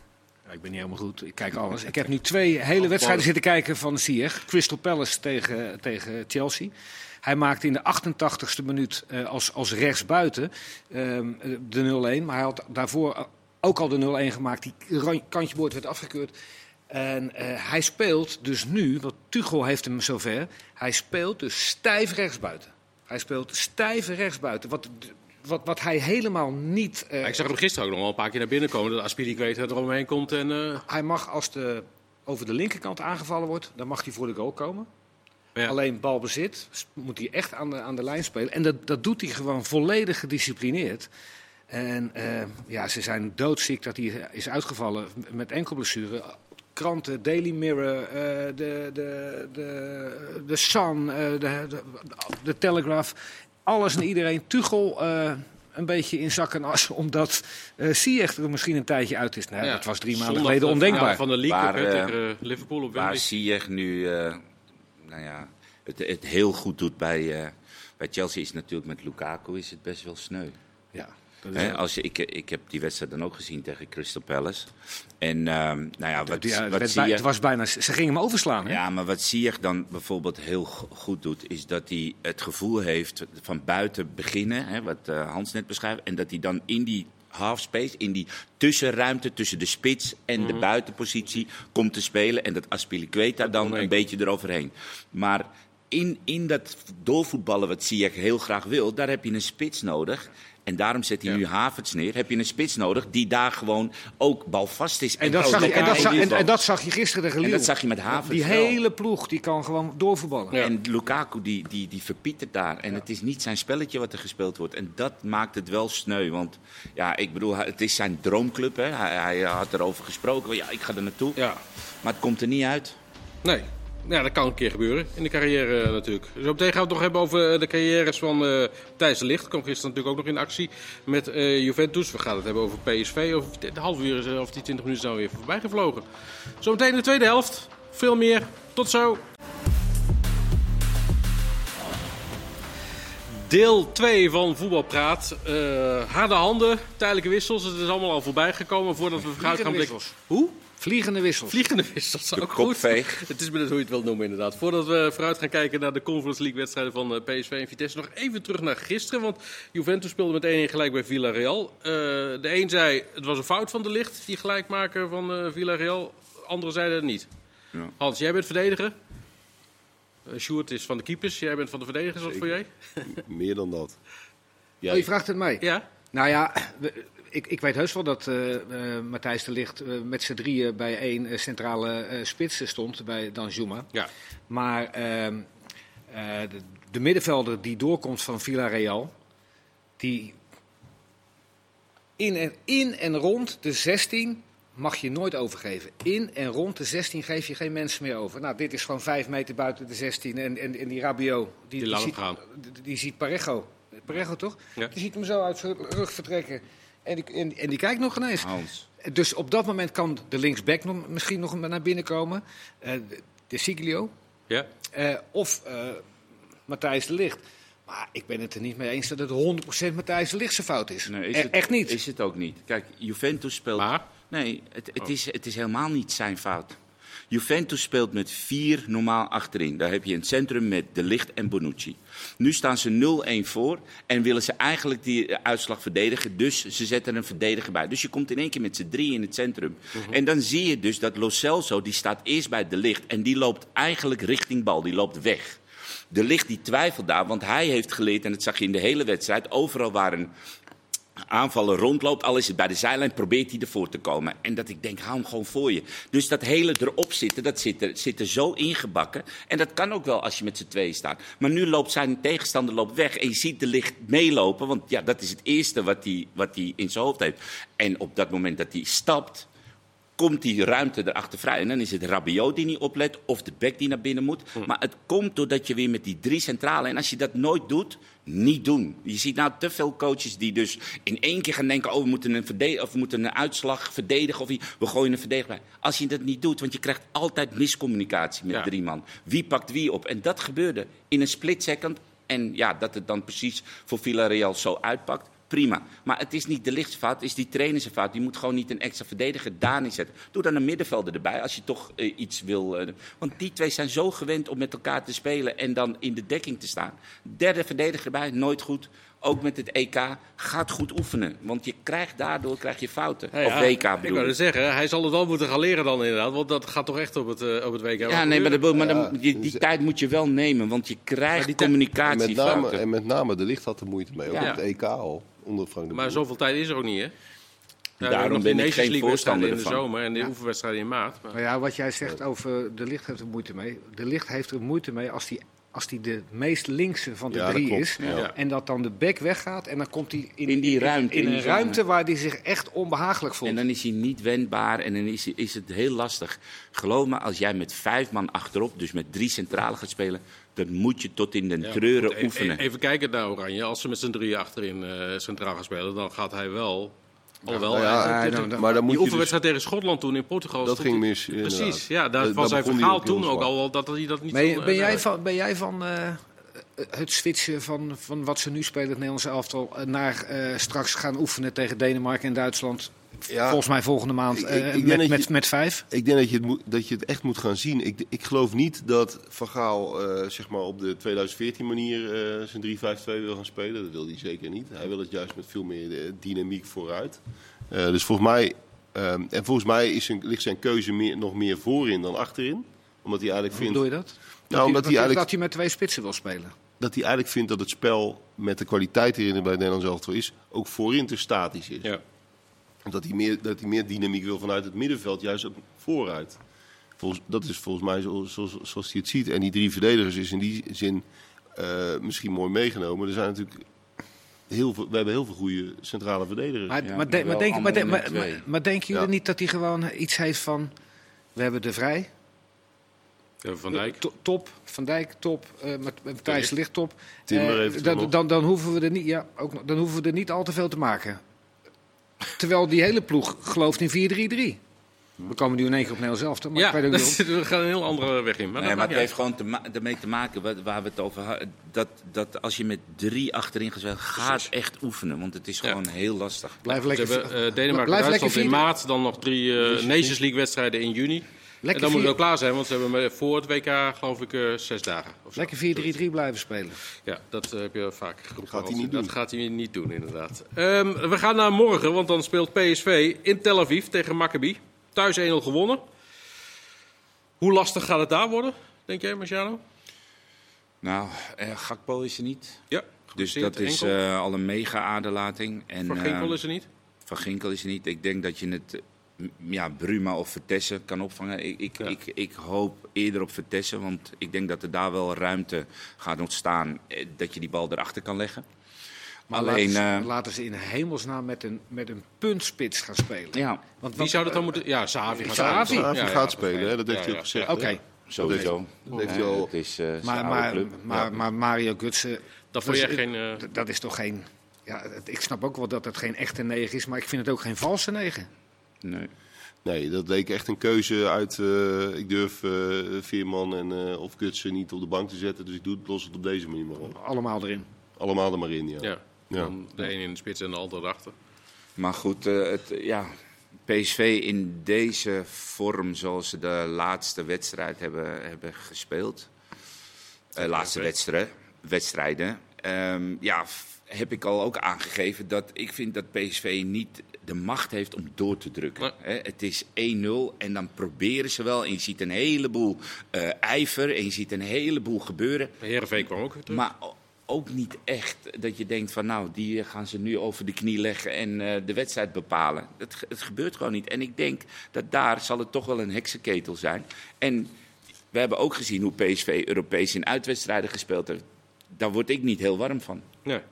ik ben niet helemaal goed, ik kijk alles. Ik heb nu twee hele wedstrijden zitten kijken van Ziyech. Crystal Palace tegen, tegen Chelsea. Hij maakte in de achtentachtigste minuut uh, als, als rechtsbuiten uh, de nul-een. Maar hij had daarvoor ook al de nul-een gemaakt. Die kantjeboord werd afgekeurd. En uh, hij speelt dus nu, want Tuchel heeft hem zover... hij speelt dus stijf rechtsbuiten. Hij speelt stijf rechtsbuiten. Wat, wat, wat hij helemaal niet... Uh, ja, ik zag hem gisteren ook nog wel een paar keer naar binnen komen. Dat Azpilicueta er omheen komt. En, uh... Hij mag, als de over de linkerkant aangevallen wordt... dan mag hij voor de goal komen. Ja. Alleen balbezit moet hij echt aan de, aan de lijn spelen. En dat, dat doet hij gewoon volledig gedisciplineerd. En uh, ja, ze zijn doodziek dat hij is uitgevallen met enkelblessure. Kranten, Daily Mirror, uh, de, de, de, de Sun, uh, de, de, de Telegraph. Alles en iedereen. Tuchel uh, een beetje in zak en as, omdat uh, Ziyech er misschien een tijdje uit is. Nou, ja, dat was drie maanden geleden ondenkbaar. Ja, van de League waar, Cup uh, tegen uh, Liverpool op waar Ziyech nu uh, nou ja, het, het heel goed doet bij, uh, bij Chelsea is natuurlijk met Lukaku is het best wel sneu. Ja. He, als je, ik, ik heb die wedstrijd dan ook gezien tegen Crystal Palace. En um, nou ja, wat, ja, wat het, zie je... het was bijna, ze gingen hem overslaan. Hè? Ja, maar wat Ziyech dan bijvoorbeeld heel goed doet, is dat hij het gevoel heeft van buiten beginnen, hè, wat uh, Hans net beschrijft, en dat hij dan in die half space, in die tussenruimte tussen de spits en mm-hmm. de buitenpositie komt te spelen en dat Azpilicueta dan een beetje eroverheen. Maar in, in dat doorvoetballen wat Ziyech heel graag wil, daar heb je een spits nodig. En daarom zet hij ja. nu Havertz neer. Heb je een spits nodig die daar gewoon ook balvast is. En, en, dat, zag je, en, dat, zag, en, en dat zag je gisteren tegen Lille. En dat zag je met Havertz. Die hele ploeg die kan gewoon doorvoetballen. Ja. En Lukaku die, die, die verpietert daar. En ja. het is niet zijn spelletje wat er gespeeld wordt. En dat maakt het wel sneu. Want ja, ik bedoel, het is zijn droomclub. Hè. Hij, hij had erover gesproken. Ja, ik ga er naartoe. Ja. Maar het komt er niet uit. Nee. Ja, dat kan een keer gebeuren in de carrière uh, natuurlijk. Zo meteen gaan we het nog hebben over de carrières van uh, Thijs de Ligt. Kwam gisteren natuurlijk ook nog in actie met uh, Juventus. We gaan het hebben over P S V. Over de half uur of die twintig minuten zijn we weer voorbij gevlogen. Zometeen in de tweede helft. Veel meer. Tot zo. Deel twee van Voetbalpraat. Uh, harde handen, tijdelijke wissels. Het is allemaal al voorbij gekomen voordat we vooruit gaan blikken. Hoe? Vliegende wissels. Vliegende wissels, ook goed. Het is maar net hoe je het wilt noemen inderdaad. Voordat we vooruit gaan kijken naar de Conference League wedstrijden van P S V en Vitesse. Nog even terug naar gisteren, want Juventus speelde met één-één gelijk bij Villarreal. Uh, de een zei, het was een fout van de Ligt, die gelijkmaker van uh, Villarreal. Anderen zeiden het niet. Ja. Hans, jij bent verdediger. Uh, Sjoerd is van de keepers, jij bent van de verdedigers, wat voor jij? Meer dan dat. Jij. Oh, je vraagt het mij? Ja. Nou ja... We, Ik, ik weet heus wel dat uh, uh, Matthijs de Ligt uh, met z'n drieën bij één uh, centrale uh, spits stond bij Danjuma. Ja. Maar uh, uh, de, de middenvelder die doorkomt van Villarreal, die in en, in en rond de zestien mag je nooit overgeven. In en rond de zestien geef je geen mensen meer over. Nou, dit is gewoon vijf meter buiten de zestien en, en, en die Rabiot, die, die, die, ziet, die, die ziet Parejo. Parejo toch? Ja. Die ziet hem zo uit zijn rug vertrekken. En die, en, en die kijkt nog ineens. Hans. Dus op dat moment kan de linksback nog, misschien nog naar binnen komen. Uh, de, de Siglio. Ja. Uh, of uh, Matthijs de Ligt. Maar ik ben het er niet mee eens dat het honderd procent Matthijs de Ligt zijn fout is. Nee, is e- het, echt niet. Is het ook niet. Kijk, Juventus speelt... Maar? Nee, het, het, oh. is, het is helemaal niet zijn fout. Juventus speelt met vier normaal achterin. Daar heb je een centrum met De Ligt en Bonucci. Nu staan ze nul-één voor en willen ze eigenlijk die uitslag verdedigen. Dus ze zetten een verdediger bij. Dus je komt in één keer met z'n drie in het centrum. Uh-huh. En dan zie je dus dat Lo Celso, die staat eerst bij De Ligt. En die loopt eigenlijk richting bal, die loopt weg. De Ligt die twijfelt daar, want hij heeft geleerd, en dat zag je in de hele wedstrijd, overal waar een aanvaller rondloopt, al is het bij de zijlijn, probeert hij ervoor te komen. En dat ik denk, hou hem gewoon voor je. Dus dat hele erop zitten, dat zit er, zit er zo ingebakken. En dat kan ook wel als je met z'n tweeën staat. Maar nu loopt zijn tegenstander loopt weg en je ziet De Ligt meelopen. Want ja, dat is het eerste wat hij, wat hij in zijn hoofd heeft. En op dat moment dat hij stapt, komt die ruimte erachter vrij. En dan is het Rabiot die niet oplet of de bek die naar binnen moet. Hm. Maar het komt doordat je weer met die drie centralen... En als je dat nooit doet, niet doen. Je ziet nou te veel coaches die dus in één keer gaan denken... oh, we moeten een, verde- of we moeten een uitslag verdedigen of we gooien een verdediger bij. Als je dat niet doet, want je krijgt altijd miscommunicatie met ja. drie man. Wie pakt wie op? En dat gebeurde in een split second. En ja, dat het dan precies voor Villarreal zo uitpakt. Prima. Maar het is niet de lichtste fout, het is die trainer zijn fout. Die moet gewoon niet een extra verdediger daar neerzetten. Doe dan een middenvelder erbij als je toch uh, iets wil. Uh, want die twee zijn zo gewend om met elkaar te spelen en dan in de dekking te staan. Derde verdediger erbij, nooit goed. Ook met het E K, gaat goed oefenen. Want je krijgt daardoor krijg je fouten. Ja, ja, of W K bedoel ik. Ik wou zeggen, hij zal het wel moeten gaan leren dan inderdaad. Want dat gaat toch echt op het, uh, op het W K. Ja, nee, maar, de, maar ja, de, die, die tijd moet je wel nemen. Want je krijgt communicatiefouten. En, en met name de Ligt had er moeite mee. Ook ja. op het E K al. Onder Frank de maar Boer. zoveel tijd is er ook niet, hè? Ja, Daarom ben ik geen voorstander in de ervan. zomer en de ja. oefenwedstrijden in maart. Maar... maar ja, wat jij zegt over de Ligt heeft er moeite mee. De Ligt heeft er moeite mee als die, als die de meest linkse van de ja, drie is. Ja. Ja. En dat dan de bek weggaat en dan komt hij in, in die ruimte. In, in een in ruimte waar hij zich echt onbehagelijk voelt. En dan is hij niet wendbaar en dan is, hij, is het heel lastig. Geloof me, als jij met vijf man achterop, dus met drie centralen gaat spelen... dan moet je tot in de ja, treuren goed, oefenen. Even kijken naar Oranje. Als ze met z'n drieën achterin uh, centraal gaan spelen, dan gaat hij wel... Alhoewel, ja, ja, ja, dan, dan, maar dan die dus, oefenwedstrijd tegen Schotland toen in Portugal... Dat ging mis, precies, inderdaad. ja, daar was zijn verhaal toen ook al dat hij dat niet... Ben, zo, ben, uh, jij van, ben jij van uh, het switchen van, van wat ze nu spelen, het Nederlandse elftal... naar uh, straks gaan oefenen tegen Denemarken en Duitsland... Ja, volgens mij volgende maand ik, ik, ik uh, met, met, je, met vijf? Ik denk dat je, het moet, dat je het echt moet gaan zien. Ik, ik geloof niet dat Van Gaal uh, zeg maar op de twintig veertien manier uh, zijn drie vijf twee wil gaan spelen. Dat wil hij zeker niet. Hij wil het juist met veel meer uh, dynamiek vooruit. Uh, dus volgens mij, um, en volgens mij is zijn, ligt zijn keuze meer, nog meer voorin dan achterin. Omdat hij eigenlijk Hoe vindt... bedoel je dat? Nou, dat, omdat hij, hij eigenlijk, dat hij met twee spitsen wil spelen? Dat hij eigenlijk vindt dat het spel met de kwaliteit die er bij het Nederlands elftal is, ook voorin te statisch is. Ja. Dat hij, meer, dat hij meer dynamiek wil vanuit het middenveld, juist ook vooruit. Volgens, dat is volgens mij zo, zo, zoals hij het ziet. En die drie verdedigers is in die zin uh, misschien mooi meegenomen. Er zijn natuurlijk heel veel, we hebben heel veel goede centrale verdedigers. Maar, ja, maar, de, maar, denk, maar, de, maar, maar, maar denken jullie ja. niet dat hij gewoon iets heeft van... We hebben de Vrij. Ja, Van Dijk. To, top. Van Dijk top. Uh, met Matthijs Ligt top. Timber uh, heeft dan, dan, dan, hoeven we er niet, ja, ook, dan hoeven we er niet al te veel te maken. Terwijl die hele ploeg gelooft in vier drie drie. We komen nu in één keer op Nederland zelf. Maar ja, ik weet ook dat, we gaan een heel andere weg in. Maar, nee, dat maar het heeft gewoon te ma- ermee te maken waar, waar we het over hadden. Dat, dat als je met drie achterin gaat spelen, gaat echt oefenen. Want het is gewoon ja. heel lastig. Blijf lekker, we hebben uh, Denemarken, Duitsland in maart. Dan nog drie uh, Nations League wedstrijden in juni. Lekker en dan moet het ook klaar zijn, want ze hebben voor het W K geloof ik uh, zes dagen. Lekker vier drie drie blijven spelen. Ja, dat uh, heb je vaak geroepen. Gaat hij niet doen. Dat gaat hij niet doen, inderdaad. Um, we gaan naar morgen, want dan speelt P S V in Tel Aviv tegen Maccabi. Thuis één nul gewonnen. Hoe lastig gaat het daar worden, denk jij, Marciano? Nou, uh, Gakpo is er niet. Ja. Dus dat is uh, al een mega-aderlating. En, Van Ginkel is er niet? Uh, Van Ginkel is er niet. Ik denk dat je het... Ja, Bruma of Vertessen kan opvangen. Ik, ik, ja. ik, ik hoop eerder op Vertessen, want ik denk dat er daar wel ruimte gaat ontstaan dat je die bal erachter kan leggen. Maar Alleen, laten, uh, laten ze in hemelsnaam met een, met een puntspits gaan spelen. Ja. Want wie zou dat dan moeten... Ja, Sahavi gaat, Sahavi. Sahavi ja, ja, gaat spelen, ja, dat heeft ja, hij ook gezegd. Oké. Okay. Sowieso. Dat heeft hij al... Het is, uh, maar, maar, maar, maar Mario Götze... Dat vond je echt geen... Uh... Dat is toch geen... Ja, ik snap ook wel dat het geen echte negen is, maar ik vind het ook geen valse negen. Nee. Nee, dat leek echt een keuze uit... Uh, ik durf uh, Veerman en uh, of Götze niet op de bank te zetten, dus ik doe het, los het op deze manier maar op. Allemaal erin. Allemaal er maar in, ja. ja. ja. De een in de spits en de ander erachter. Maar goed, uh, het, ja, P S V in deze vorm zoals ze de laatste wedstrijd hebben, hebben gespeeld. Uh, laatste wedstrijd, wedstrijden. Um, ja, heb ik al ook aangegeven dat ik vind dat P S V niet de macht heeft om door te drukken. Ja. He, het is één nul en dan proberen ze wel. En je ziet een heleboel uh, ijver en je ziet een heleboel gebeuren. Heerenveen kwam ook weer terug. Maar ook niet echt dat je denkt van nou, die gaan ze nu over de knie leggen en uh, de wedstrijd bepalen. Het, het gebeurt gewoon niet. En ik denk dat daar zal het toch wel een heksenketel zijn. En we hebben ook gezien hoe P S V Europees in uitwedstrijden gespeeld heeft. Daar word ik niet heel warm van. Nee.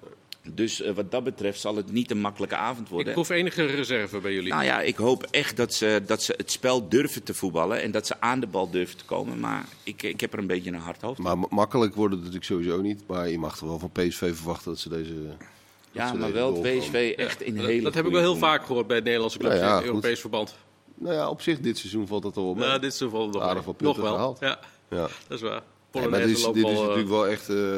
Dus uh, wat dat betreft zal het niet een makkelijke avond worden. Ik proef enige reserve bij jullie. Nou ja, ik hoop echt dat ze, dat ze het spel durven te voetballen en dat ze aan de bal durven te komen. Maar ik, ik heb er een beetje een hard hoofd. Maar makkelijk wordt het natuurlijk sowieso niet. Maar je mag toch wel van P S V verwachten dat ze deze... Ja, maar wel het P S V echt ja, in dat, hele Dat heb ik wel heel vaak gehoord bij het Nederlandse clubs nou ja, in Europees verband. Nou ja, op zich dit seizoen valt dat al op. Nou, dit seizoen valt het aardig wat nog punten wel. gehaald. Ja, Ja. dat is waar. Ja, maar dit is, dit is natuurlijk wel echt... Uh,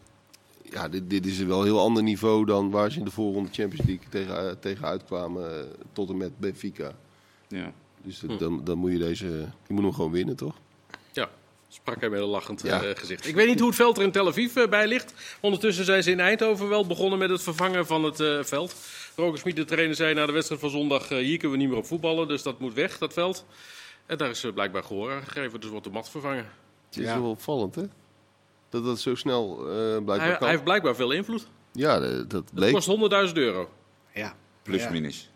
ja, dit, dit is wel een heel ander niveau dan waar ze in de voorronde Champions League tegen, uh, tegen uitkwamen. Uh, tot en met Benfica. Ja. Dus hm. dan, dan moet je deze... Je moet hem gewoon winnen, toch? Ja. Sprak hij met een lachend ja. uh, gezicht. Ik weet niet hoe het veld er in Tel Aviv uh, bij ligt. Ondertussen zijn ze in Eindhoven wel begonnen met het vervangen van het uh, veld. Roger Smit, de trainer, zei na de wedstrijd van zondag... Uh, hier kunnen we niet meer op voetballen, dus dat moet weg, dat veld. En daar is uh, blijkbaar gehoor aan gegeven, dus wordt de mat vervangen. Het is Ja. wel opvallend, hè? Dat dat zo snel uh, blijkbaar Hij, kan. hij heeft blijkbaar veel invloed. Ja, dat, dat Het bleek. kost honderdduizend euro. Ja. Plus Ja. minus.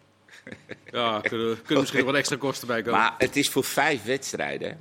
Ja, kunnen, kunnen misschien wat extra kosten bij komen. Maar het is voor vijf wedstrijden.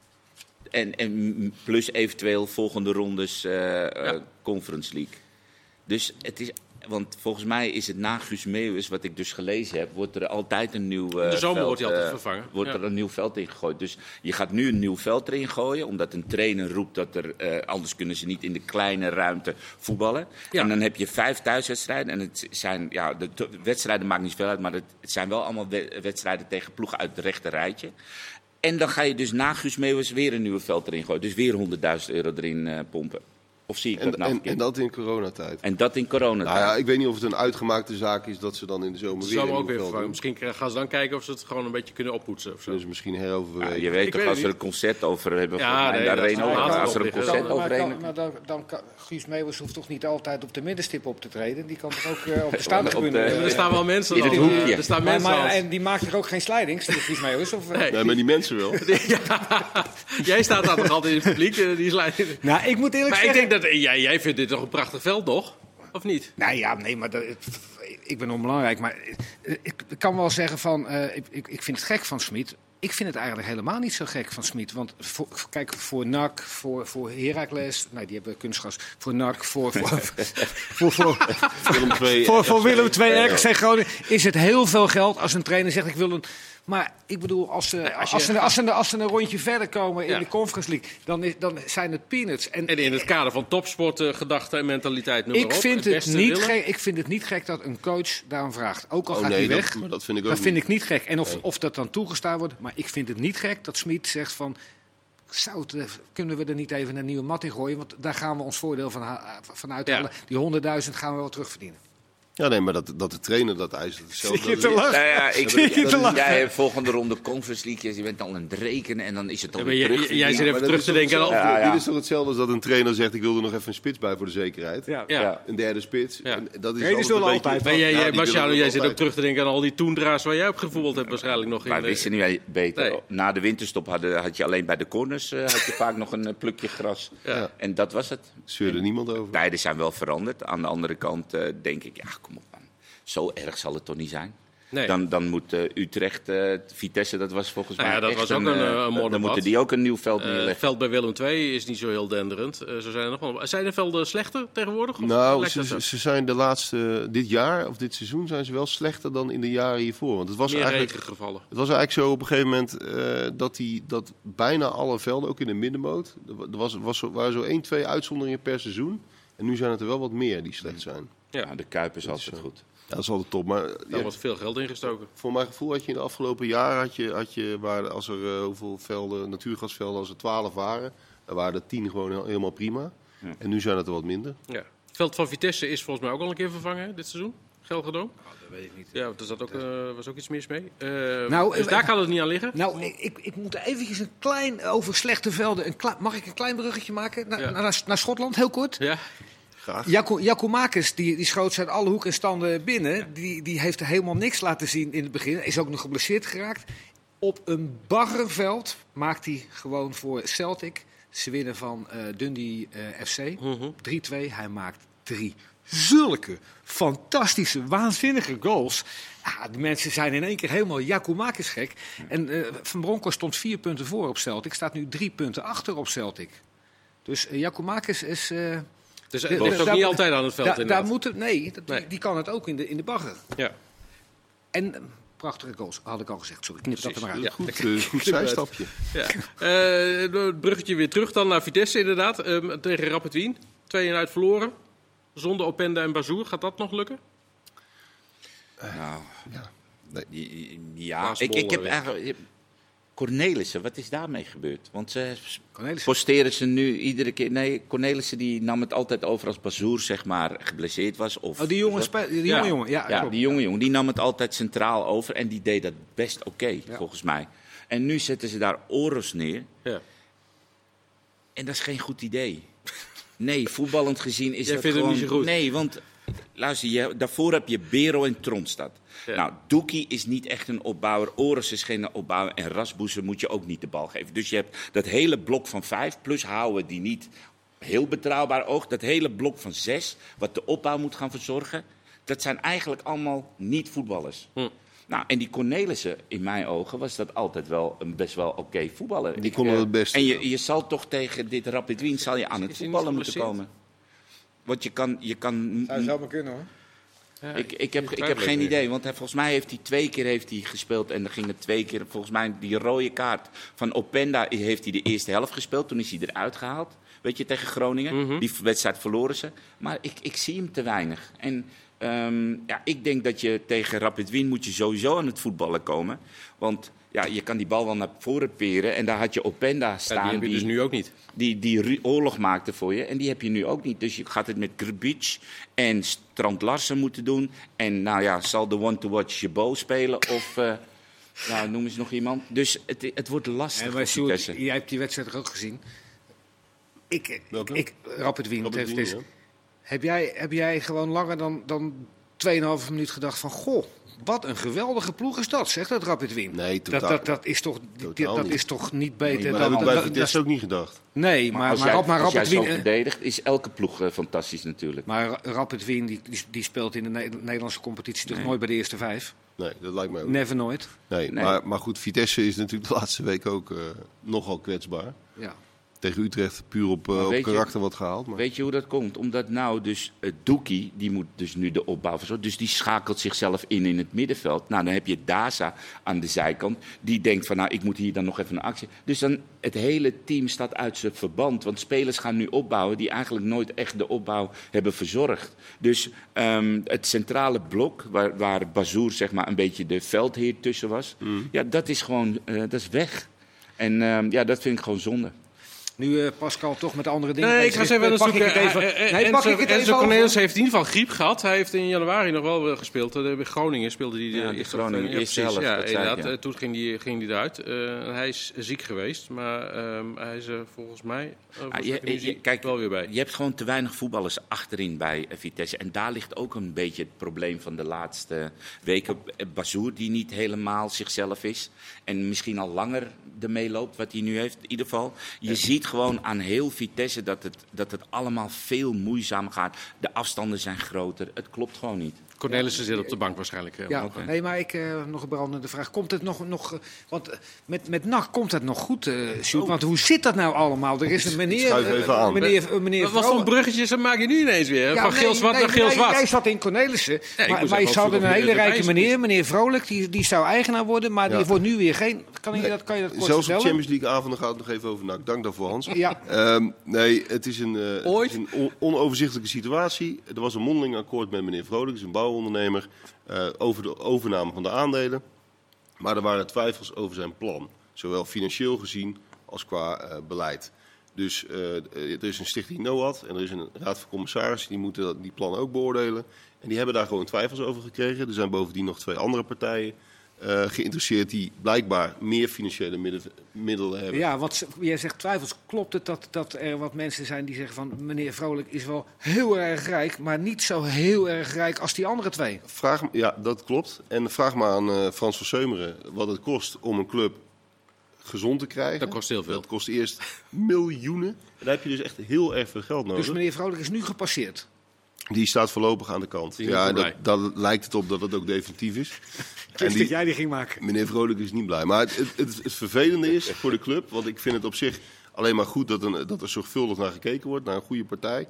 En, en plus eventueel volgende rondes uh, ja. uh, Conference League. Dus het is... Want volgens mij is het na Guus Meeuwis, wat ik dus gelezen heb, wordt er altijd een nieuw uh, de zomer veld, wordt hij altijd uh, vervangen. Wordt ja. er een nieuw veld ingegooid. Dus je gaat nu een nieuw veld erin gooien, omdat een trainer roept dat er, uh, anders kunnen ze niet in de kleine ruimte voetballen. Ja. En dan heb je vijf thuiswedstrijden. En het zijn, ja, de to- wedstrijden maakt niet zoveel uit, maar het, het zijn wel allemaal we- wedstrijden tegen ploegen uit het rechte rijtje. En dan ga je dus na Guus Meeuwis weer een nieuw veld erin gooien. Dus weer honderdduizend euro erin uh, pompen. Of zie ik En, dat nou en, verkeerd? en dat in coronatijd. En dat in coronatijd. Nou ja, ik weet niet of het een uitgemaakte zaak is dat ze dan in de zomer Dat weer zou een we ook nieuw weer veld vervangen. doen. Misschien gaan ze dan kijken of ze het gewoon een beetje kunnen oppoetsen. Of zo. Dus misschien Ja, heroverwegen. je weet Ik toch, weet als het we er een concert over hebben, Ja, volgens mij nee, daar dat is Reno, wel later als er een nog concert liggen. Maar, overheen. kan, maar dan, dan kan, Guus Meeuwis hoeft toch niet altijd op de middenstip op te treden? Die kan toch ook uh, op de staantribune... Op de- Ja, maar er staan wel mensen In het dan. hoekje. Er staan Maar, mensen maar, als- en die maakt toch ook geen slijdings, die Guus Meeuwis? Of, uh? Nee. Nee, maar die mensen wel. Ja, jij staat daar toch altijd in het publiek? eh, Die slide. Nou, ik moet eerlijk Maar ik zeggen... denk dat jij, jij vindt dit toch een prachtig veld, toch? Of niet? Nou ja, nee, maar dat, ik ben onbelangrijk. Maar ik, ik kan wel zeggen van, uh, ik, ik, ik vind het gek van Smit. Ik vind het eigenlijk helemaal niet zo gek van Smit. Want voor, kijk, voor N A C, voor, voor Heracles, nee, die hebben kunstgras. Voor N A C, voor, voor, voor, voor, Willem twee, voor, voor Willem twee, Ja, ja. R K C Groningen, is het heel veel geld als een trainer zegt ik wil een... Maar ik bedoel, als ze, als je- als ze, als ze, als ze een rondje verder komen in Ja. de Conference League, dan, is, dan zijn het peanuts. En, En in het kader van topsport, uh, gedachten en mentaliteit, noem maar ik op. vind, het beste niet willen. gek, ik vind het niet gek dat een coach daarom vraagt. Ook al Oh gaat nee, hij weg. dat, maar dat vind ik ook Dat vind niet. ik niet gek. En of, of dat dan toegestaan wordt. Maar ik vind het niet gek dat Smit zegt van... Zou het, eh, kunnen we er niet even een nieuwe mat in gooien? Want daar gaan we ons voordeel van, ha- van uithalen. Ja. Die honderdduizend gaan we wel terugverdienen. Ja, nee, maar dat, dat de trainer dat eist, dat is Zie je hetzelfde. te lachen? Nou ja, ik, Zie je te lachen? jij hebt volgende ronde Conference League, je bent al aan het rekenen en dan is het Ja, al maar weer jij- terug. jij zit Maar even dat terug is te toch denken. hetzelfde? Ja, ja. Dit is toch hetzelfde als dat een trainer zegt, ik wil er nog even een spits bij voor de zekerheid. Ja. Ja. Ja. Een derde spits. Ja. En dat is Nee, die altijd zullen een beetje- altijd Maar jij, Ja, jij, die Marciano, willen jij ook zit ook altijd. terug te denken aan al die toendra's waar jij op gevoetbald hebt waarschijnlijk nog. Wij in de- wisten niet beter. Nee. Na de winterstop hadden, had je alleen bij de corners uh, had je vaak nog een uh, plukje gras. Ja. En dat was het. Zeurde niemand over. Tijden zijn wel veranderd. Aan de andere kant uh, denk ik, ja kom op man. Zo erg zal het toch niet zijn? Nee. Dan, dan moet uh, Utrecht, uh, Vitesse, dat was volgens Nou mij ja, dat echt was ook een, uh, uh, een Dan modderbad. moeten die ook een nieuw veld Eh, neerleggen. het veld bij Willem twee is niet zo heel denderend. Eh, zo zijn, er nog wel... zijn de velden slechter tegenwoordig? Of Nou, lijkt dat ze, zo? ze zijn de laatste, dit jaar of dit seizoen zijn ze wel slechter dan in de jaren hiervoor. Want het was Meer eigenlijk, regen gevallen. het was eigenlijk zo op een gegeven moment eh, dat, die, dat bijna alle velden, ook in de middenmoot, er was, was zo, waren zo één, twee uitzonderingen per seizoen. En nu zijn het er wel wat meer die slecht zijn. Ja, de Kuip is Dat is altijd zo. goed. Ja, dat is altijd top. Maar Daar ja, wordt veel geld ingestoken. voor mijn gevoel had je in de afgelopen jaren, had je, had je, waar, als er uh, hoeveel velden, natuurgasvelden, als er twaalf waren, dan waren er tien gewoon heel- helemaal prima. Ja. En nu zijn het er wat minder. Ja. Het veld van Vitesse is volgens mij ook al een keer vervangen hè, dit seizoen. Gelderdoom. dat weet ik niet. Ja, er zat ook, uh, was ook iets mis mee. Uh, Nou, dus eh, daar kan het niet aan liggen. Nou, ik, ik, ik moet eventjes een klein, over slechte velden, een klein, mag ik een klein bruggetje maken? Na, Ja. naar, naar Schotland, heel kort. Ja. Graag. Jaco- Giacomakis, die, die schoot ze uit alle hoeken en standen binnen. Die, die heeft er helemaal niks laten zien in het begin. Is ook nog geblesseerd geraakt. Op een baggerveld maakt hij gewoon voor Celtic. Ze winnen van eh, Dundee eh, F C. Mhm. drie twee. Hij maakt drie zulke fantastische, waanzinnige goals. Ah, de mensen zijn in één keer helemaal Giacomakis gek. En eh, Van Bronckhorst stond vier punten voor op Celtic. Staat nu drie punten achter op Celtic. Dus uh, Giacomakis is... eh, Dus het was ook daar- niet altijd aan het veld daar- inderdaad. daar moeten, nee, dat, Nee. Die, die kan het ook in de, in de bagger. Ja. En eh, prachtige goals, had ik al gezegd. Sorry, knip dat er maar uit. Ja. Goed, uh, goed zijstapje. Ja. Uh, het bruggetje weer terug dan naar Vitesse inderdaad. Um, tegen Rapid Wien. twee een uit verloren. Zonder Openda en Bazoer. Gaat dat nog lukken? Nou, Ja. Nee. die- ja, Klaas ik, ik heb Bolle, eigenlijk... Cornelissen, wat is daarmee gebeurd? Want ze Cornelissen. posteren ze nu iedere keer... Nee, Cornelissen die nam het altijd over als Bazoer, zeg maar, geblesseerd was. Of, Oh, die jonge, spe- die Ja. jonge jongen. Ja, Ja, klopt. die jonge jongen, die nam het altijd centraal over en die deed dat best oké, Ja. volgens mij. En nu zetten ze daar Oros neer Ja. en dat is geen goed idee. Nee, voetballend gezien is Jij dat vindt hem gewoon... niet zo goed? Nee, want luister, je, daarvoor heb je Bero en Tronstad. Ja. Nou, Doekie is niet echt een opbouwer, Oros is geen opbouwer en Rasmussen moet je ook niet de bal geven. Dus je hebt dat hele blok van vijf, plus Houwe die niet heel betrouwbaar oogt. Dat hele blok van zes, wat de opbouw moet gaan verzorgen. Dat zijn eigenlijk allemaal niet voetballers. Hm. Nou, en die Cornelissen, in mijn ogen, was dat altijd wel een best wel oké voetballer. Die Ik, konden eh, het beste, En ja. je, je zal toch tegen dit Rapid Wien zal je aan het Is hij voetballen niet moeten komen. Want je kan... Je kan Dat zou maar kunnen hoor. Ja, ik, ik, heb, ik heb twijfel geen even. idee, want hij, volgens mij heeft hij twee keer heeft hij gespeeld en dan ging het twee keer. Volgens mij die rode kaart van Openda heeft hij de eerste helft gespeeld. Toen is hij eruit gehaald, weet je, tegen Groningen. Mhm. Die wedstrijd verloren ze. Maar ik, ik zie hem te weinig. En ehm, ja, ik denk dat je tegen Rapid Wien moet je sowieso aan het voetballen komen. Want ja, je kan die bal wel naar voren peren en daar had je Openda Ja, staan. die heb je dus nu ook niet. Die, die ru- oorlog maakte voor je. En die heb je nu ook niet. Dus je gaat het met Grbic en Strand Larsen moeten doen. En nou ja, zal de one-to-watch Jebo spelen? Of uh, nou, noem eens nog iemand. Dus het, het wordt lastig En voor maar Sjoerd, Vitesse. jij hebt die wedstrijd toch ook gezien? Ik, ik, Welke? ik Rapid Wien. Rapid het Wien, heeft- ja. heb, jij, heb jij gewoon langer dan, dan twee en een halve minuut gedacht van... Goh, wat een geweldige ploeg is dat, zegt dat Rapid Wien. Nee, dat, totaal- dat, dat, is toch, totaal dat niet. is toch niet beter Nee, maar Dat dan... heb ik bij dat- Vitesse ook niet gedacht. nee, maar, als maar, jij, Rap- maar als jij Rapid zo Wien... eh, verdedigt, is elke ploeg uh, fantastisch natuurlijk. Maar Rapid Wien die, die, die speelt in de Ne- Nederlandse competitie toch Nee. nooit bij de eerste vijf? Nee, dat lijkt mij ook. Never nooit. Nee, Nee. Maar, maar goed, Vitesse is natuurlijk de laatste week ook uh, nogal kwetsbaar. Ja. Tegen Utrecht puur op, uh, Maar op weet je- karakter wat gehaald. Maar... Weet je hoe dat komt? Omdat nou dus uh, Doekie, die moet dus nu de opbouw verzorgen. Dus die schakelt zichzelf in in het middenveld. Nou, dan heb je Daza aan de zijkant. Die denkt van, nou, ik moet hier dan nog even een actie. Dus dan het hele team staat uit zijn verband. Want spelers gaan nu opbouwen die eigenlijk nooit echt de opbouw hebben verzorgd. Dus um, het centrale blok, waar, waar Bazoer zeg maar een beetje de veldheer tussen was. Mm. Ja, dat is gewoon, uh, dat is weg. En um, ja, dat vind ik gewoon zonde. Nu uh, Pascal toch met andere dingen. Nee, ik ga eens even aan het Pak ik zoeken. het even, Eh, eh, nee, pak Enzo- ik het Enzo even Cornelis over. heeft in ieder geval griep gehad. Hij heeft in januari nog wel weer gespeeld. Uh, Bij Groningen speelde hij de Ja, de eerste Groningen, ja, eerste precies. helft, Ja, dat zei ik, inderdaad. ja. Uh, toen ging hij, ging hij eruit. Uh, hij is ziek geweest, maar um, hij is uh, volgens mij uh, Ah, was je- er nu je- ziek kijk, wel weer bij. Je hebt gewoon te weinig voetballers achterin bij uh, Vitesse. En daar ligt ook een beetje het probleem van de laatste weken. Uh, Bazoer, die niet helemaal zichzelf is. En misschien al langer ermee loopt, wat hij nu heeft. In ieder geval, je ziet gewoon aan heel Vitesse dat het, dat het allemaal veel moeizamer gaat. De afstanden zijn groter. Het klopt gewoon niet. Cornelissen zit op de bank waarschijnlijk. Uh, Ja, Oké. nee, maar ik uh, nog een brandende vraag. Komt het nog, nog uh, want uh, met, met N A C komt het nog goed, uh, Sjoerd? Oh. Want hoe zit dat nou allemaal? Er is een meneer... Schuif even uh, aan. meneer, uh, meneer Wat, wat Vrouw- voor bruggetjes maak je nu ineens weer? Ja, Van nee, geel zwart nee, naar geel nee, zwart. Jij zat in Cornelissen. ik maar moest maar je even zou opzoeken een of hele je erbij rijke is. meneer, meneer Vrolijk, die, die zou eigenaar worden. Maar Ja. die wordt nu weer geen... Kan je Nee. dat, kan je dat kort Zelfs op vertellen? Champions League avonden gaat het nog even over N A C. Dank daarvoor, Hans. Ja. Um, nee, het is een, uh, het Ooit? is een on- onoverzichtelijke situatie. Er was een mondeling akkoord met meneer Vrolijk, dat is een bouwondernemer, uh, over de overname van de aandelen. Maar er waren twijfels over zijn plan, zowel financieel gezien als qua uh, beleid. Dus uh, er is een stichting NOAD en er is een raad van commissarissen, die moeten dat, die plannen ook beoordelen. En die hebben daar gewoon twijfels over gekregen. Er zijn bovendien nog twee andere partijen uh, geïnteresseerd die blijkbaar meer financiële midden, middelen hebben. Ja, want ze- jij zegt twijfels. Klopt het dat, dat er wat mensen zijn die zeggen van... meneer Vrolijk is wel heel erg rijk, maar niet zo heel erg rijk als die andere twee? Vraag, m- ja, dat klopt. En vraag maar aan uh, Frans van Seumeren wat het kost om een club gezond te krijgen. Dat kost heel veel. Dat kost eerst miljoenen. En daar heb je dus echt heel erg veel geld nodig. Dus meneer Vrolijk is nu gepasseerd. Die staat voorlopig aan de kant. Die is Ja, niet dat, blij. dat lijkt het op dat het ook definitief is. En die, jij die ging maken. meneer Vrolijk is niet blij. Maar het, het, het, het vervelende is voor de club, want ik vind het op zich alleen maar goed dat, een, dat er zorgvuldig naar gekeken wordt, naar een goede partij.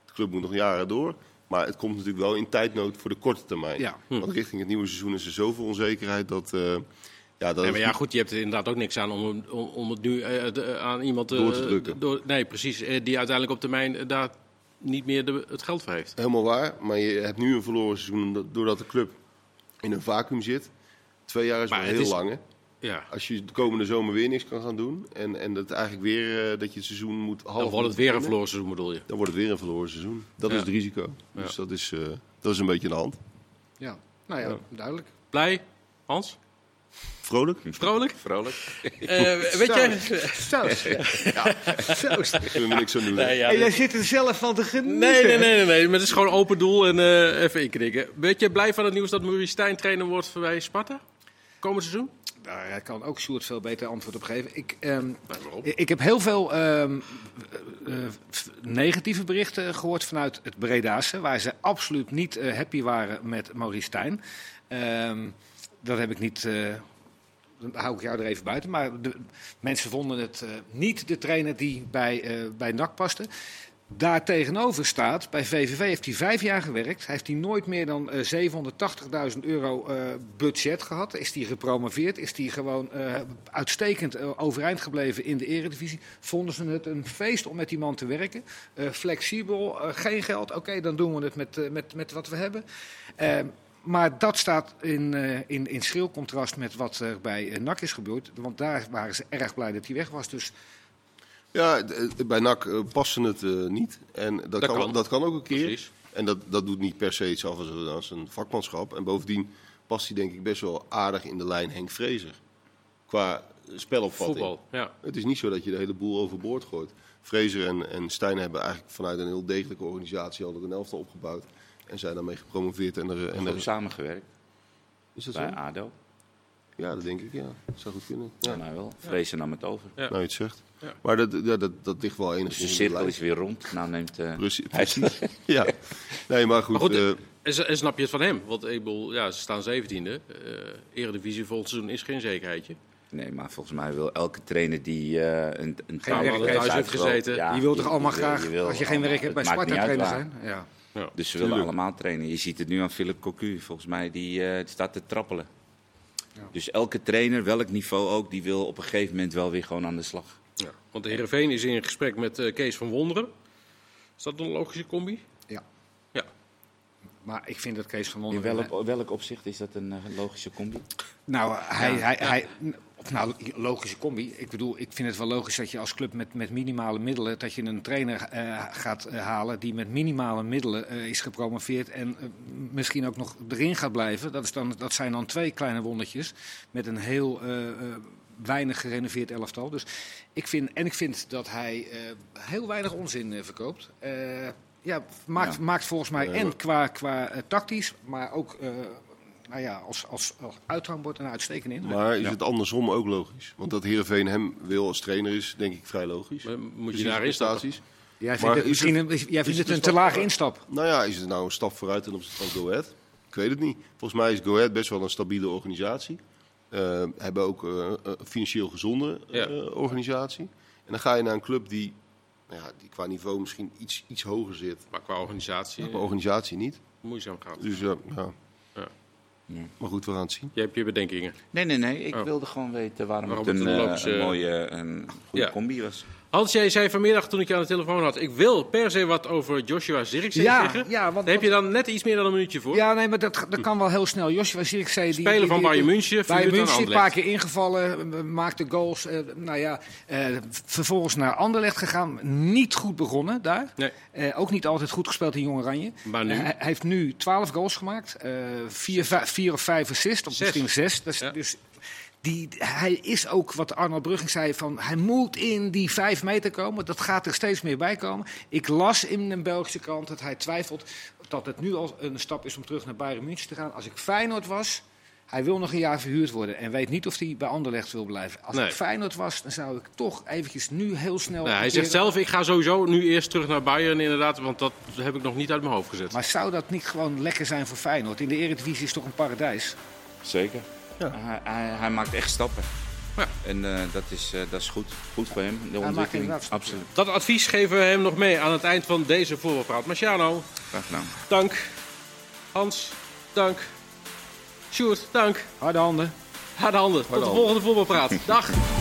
De club moet nog jaren door. Maar het komt natuurlijk wel in tijdnood voor de korte termijn. Ja. Want richting het nieuwe seizoen is er zoveel onzekerheid dat... Uh, ja, dat nee, maar ja, goed, je hebt er inderdaad ook niks aan om, om, om het nu uh, de, aan iemand uh, door te drukken. Door, nee, precies. Uh, die uiteindelijk op termijn uh, daar niet meer de, het geld voor heeft. Helemaal waar. Maar je hebt nu een verloren seizoen doordat de club in een vacuüm zit. Twee jaar is maar wel heel is... lang, hè? Ja. Als je de komende zomer weer niks kan gaan doen en, en dat eigenlijk weer uh, dat je het seizoen moet half. Dan wordt het weer een verloren seizoen, bedoel je? Dan wordt het weer een verloren seizoen. Dat ja. is het risico. Ja. Dus dat is, uh, dat is een beetje aan de hand. Ja, nou ja, ja. duidelijk. Blij, Hans? Vrolijk? Vrolijk? Vrolijk. Uh, weet je? Saus. Ja, saus. Ik wil er niks aan doen. Nee, ja, en jij zit er zelf van te genieten. Nee, nee, nee, nee, nee. Maar het is gewoon open doel en uh, even inknikken. Ben je blij van het nieuws dat Maurice Stijn trainer wordt bij Sparta? Komend seizoen? Daar nou, kan ook Sjoerd veel beter antwoord op geven. Ik, um, ik heb heel veel um, uh, negatieve berichten gehoord vanuit het Bredaanse, waar ze absoluut niet uh, happy waren met Maurice Stijn. Um, dat heb ik niet... Uh, Dan hou ik jou er even buiten. Maar de, mensen vonden het uh, niet de trainer die bij, uh, bij N A C paste. Daar tegenover staat, bij V V V heeft hij vijf jaar gewerkt. Heeft hij nooit meer dan uh, zevenhonderdtachtigduizend euro uh, budget gehad. Is hij gepromoveerd. Is hij gewoon uh, uitstekend uh, overeind gebleven in de eredivisie. Vonden ze het een feest om met die man te werken. Uh, flexibel, uh, geen geld. Oké, okay, dan doen we het met, uh, met, met wat we hebben. Uh, Maar dat staat in, uh, in, in schril contrast met wat er bij uh, N A C is gebeurd. Want daar waren ze erg blij dat hij weg was. Dus... Ja, bij N A C uh, paste het uh, niet. En dat, dat, kan, kan. dat kan ook een keer. Precies. En dat, dat doet niet per se iets af als, als een vakmanschap. En bovendien past hij denk ik best wel aardig in de lijn Henk Vrezer. Qua spelopvatting. Voetbal, ja. Het is niet zo dat je de hele boel overboord gooit. Vrezer en, en Stijn hebben eigenlijk vanuit een heel degelijke organisatie al een elftal opgebouwd. En zijn daarmee gepromoveerd. En er, en er... samengewerkt. Is dat bij zo? A D O. Ja, dat denk ik, ja. Dat zou goed kunnen. Ja, nou wel. Vrezen nam het over. Ja. Nou, je het zegt. Ja. Maar dat, ja, dat, dat ligt wel enigszins. Dus de cirkel is weer rond. Nou neemt uh, precies. precies. Ja. Nee, maar goed. Maar goed uh, en, en snap je het van hem? Want ik bedoel, ja, ze staan zeventiende. Uh, Eredivisie volgend seizoen is geen zekerheidje. Nee, maar volgens mij wil elke trainer die uh, een, een geen werk thuis heeft gezeten. Ja, die wil toch allemaal die, graag, je wil, als je geen werk hebt, bij Sparta trainer zijn? Ja. Ja. Dus ze willen Tuurlijk. allemaal trainen. Je ziet het nu aan Philip Cocu. Volgens mij die uh, staat te trappelen. Ja. Dus elke trainer, welk niveau ook, die wil op een gegeven moment wel weer gewoon aan de slag. Ja. Want de Heerenveen is in gesprek met uh, Kees van Wonderen. Is dat een logische combi? Ja. Ja. Maar ik vind dat Kees van Wonderen... In welk, welk opzicht is dat een uh, logische combi? Nou, hij... Ja. hij, ja. hij Of nou, logische combi. Ik bedoel, ik vind het wel logisch dat je als club met, met minimale middelen... dat je een trainer uh, gaat uh, halen die met minimale middelen uh, is gepromoveerd... en uh, misschien ook nog erin gaat blijven. Dat, is dan, dat zijn dan twee kleine wondertjes met een heel uh, uh, weinig gerenoveerd elftal. Dus ik vind, en ik vind dat hij uh, heel weinig onzin uh, verkoopt. Uh, ja, maakt, ja. maakt volgens mij en qua, qua uh, tactisch, maar ook... Uh, Nou ja, als, als, als uithangbord een uitstekende indruk. Maar is ja. het andersom ook logisch? Want dat Heerenveen hem wil als trainer is, denk ik, vrij logisch. Maar moet je daar instappen? Jij vindt het misschien een, jij vindt het een te lage instap? Nou ja, is het nou een stap vooruit ten opzichte van Go Ahead? Ik weet het niet. Volgens mij is Go Ahead best wel een stabiele organisatie. Uh, hebben ook uh, een financieel gezonde uh, ja. organisatie. En dan ga je naar een club die, nou ja, die qua niveau misschien iets, iets hoger zit. Maar qua organisatie? Ja, qua organisatie niet. Moeizaam gaat. Dus ja... ja. Ja. Maar goed, we gaan het zien. Je hebt je bedenkingen? Nee, nee, nee. Ik oh. wilde gewoon weten waarom, waarom het een, het een, logische... een mooie een goede ja. combi was. Hans, jij zei vanmiddag toen ik je aan de telefoon had... ik wil per se wat over Joshua Zirkzee ja, zeggen. Ja, want Daar heb je dan net iets meer dan een minuutje voor. Ja, nee, maar dat, dat kan wel heel snel. Joshua Zirkzee... Speler die, die, van Bayern München. Bayern München, een paar keer ingevallen, maakte goals. Uh, nou ja, uh, vervolgens naar Anderlecht gegaan. Niet goed begonnen daar. Nee. Uh, ook niet altijd goed gespeeld in Jong Oranje. Maar nu? Uh, hij heeft nu twaalf goals gemaakt. Uh, vier, v- vier of vijf assists, of zes. misschien zes. Dus, ja. dus die, hij is ook, wat Arnold Brugging zei, van hij moet in die vijf meter komen. Dat gaat er steeds meer bij komen. Ik las in een Belgische krant dat hij twijfelt dat het nu al een stap is om terug naar Bayern München te gaan. Als ik Feyenoord was, hij wil nog een jaar verhuurd worden en weet niet of hij bij Anderlecht wil blijven. Als nee. ik Feyenoord was, dan zou ik toch eventjes nu heel snel... Nee, hij zegt zelf, ik ga sowieso nu eerst terug naar Bayern inderdaad, want dat heb ik nog niet uit mijn hoofd gezet. Maar zou dat niet gewoon lekker zijn voor Feyenoord? In de Eredivisie is toch een paradijs? Zeker. Ja. Hij, hij, hij maakt echt stappen. Ja. En uh, dat, is, uh, dat is goed. Goed voor hem, de ontwikkeling. Absoluut. Dat advies geven we hem nog mee aan het eind van deze voetbalpraat. Marciano, graag gedaan. Dank. Hans, dank. Sjoerd, dank. Harde handen. Harde handen. Tot de volgende voetbalpraat. Dag.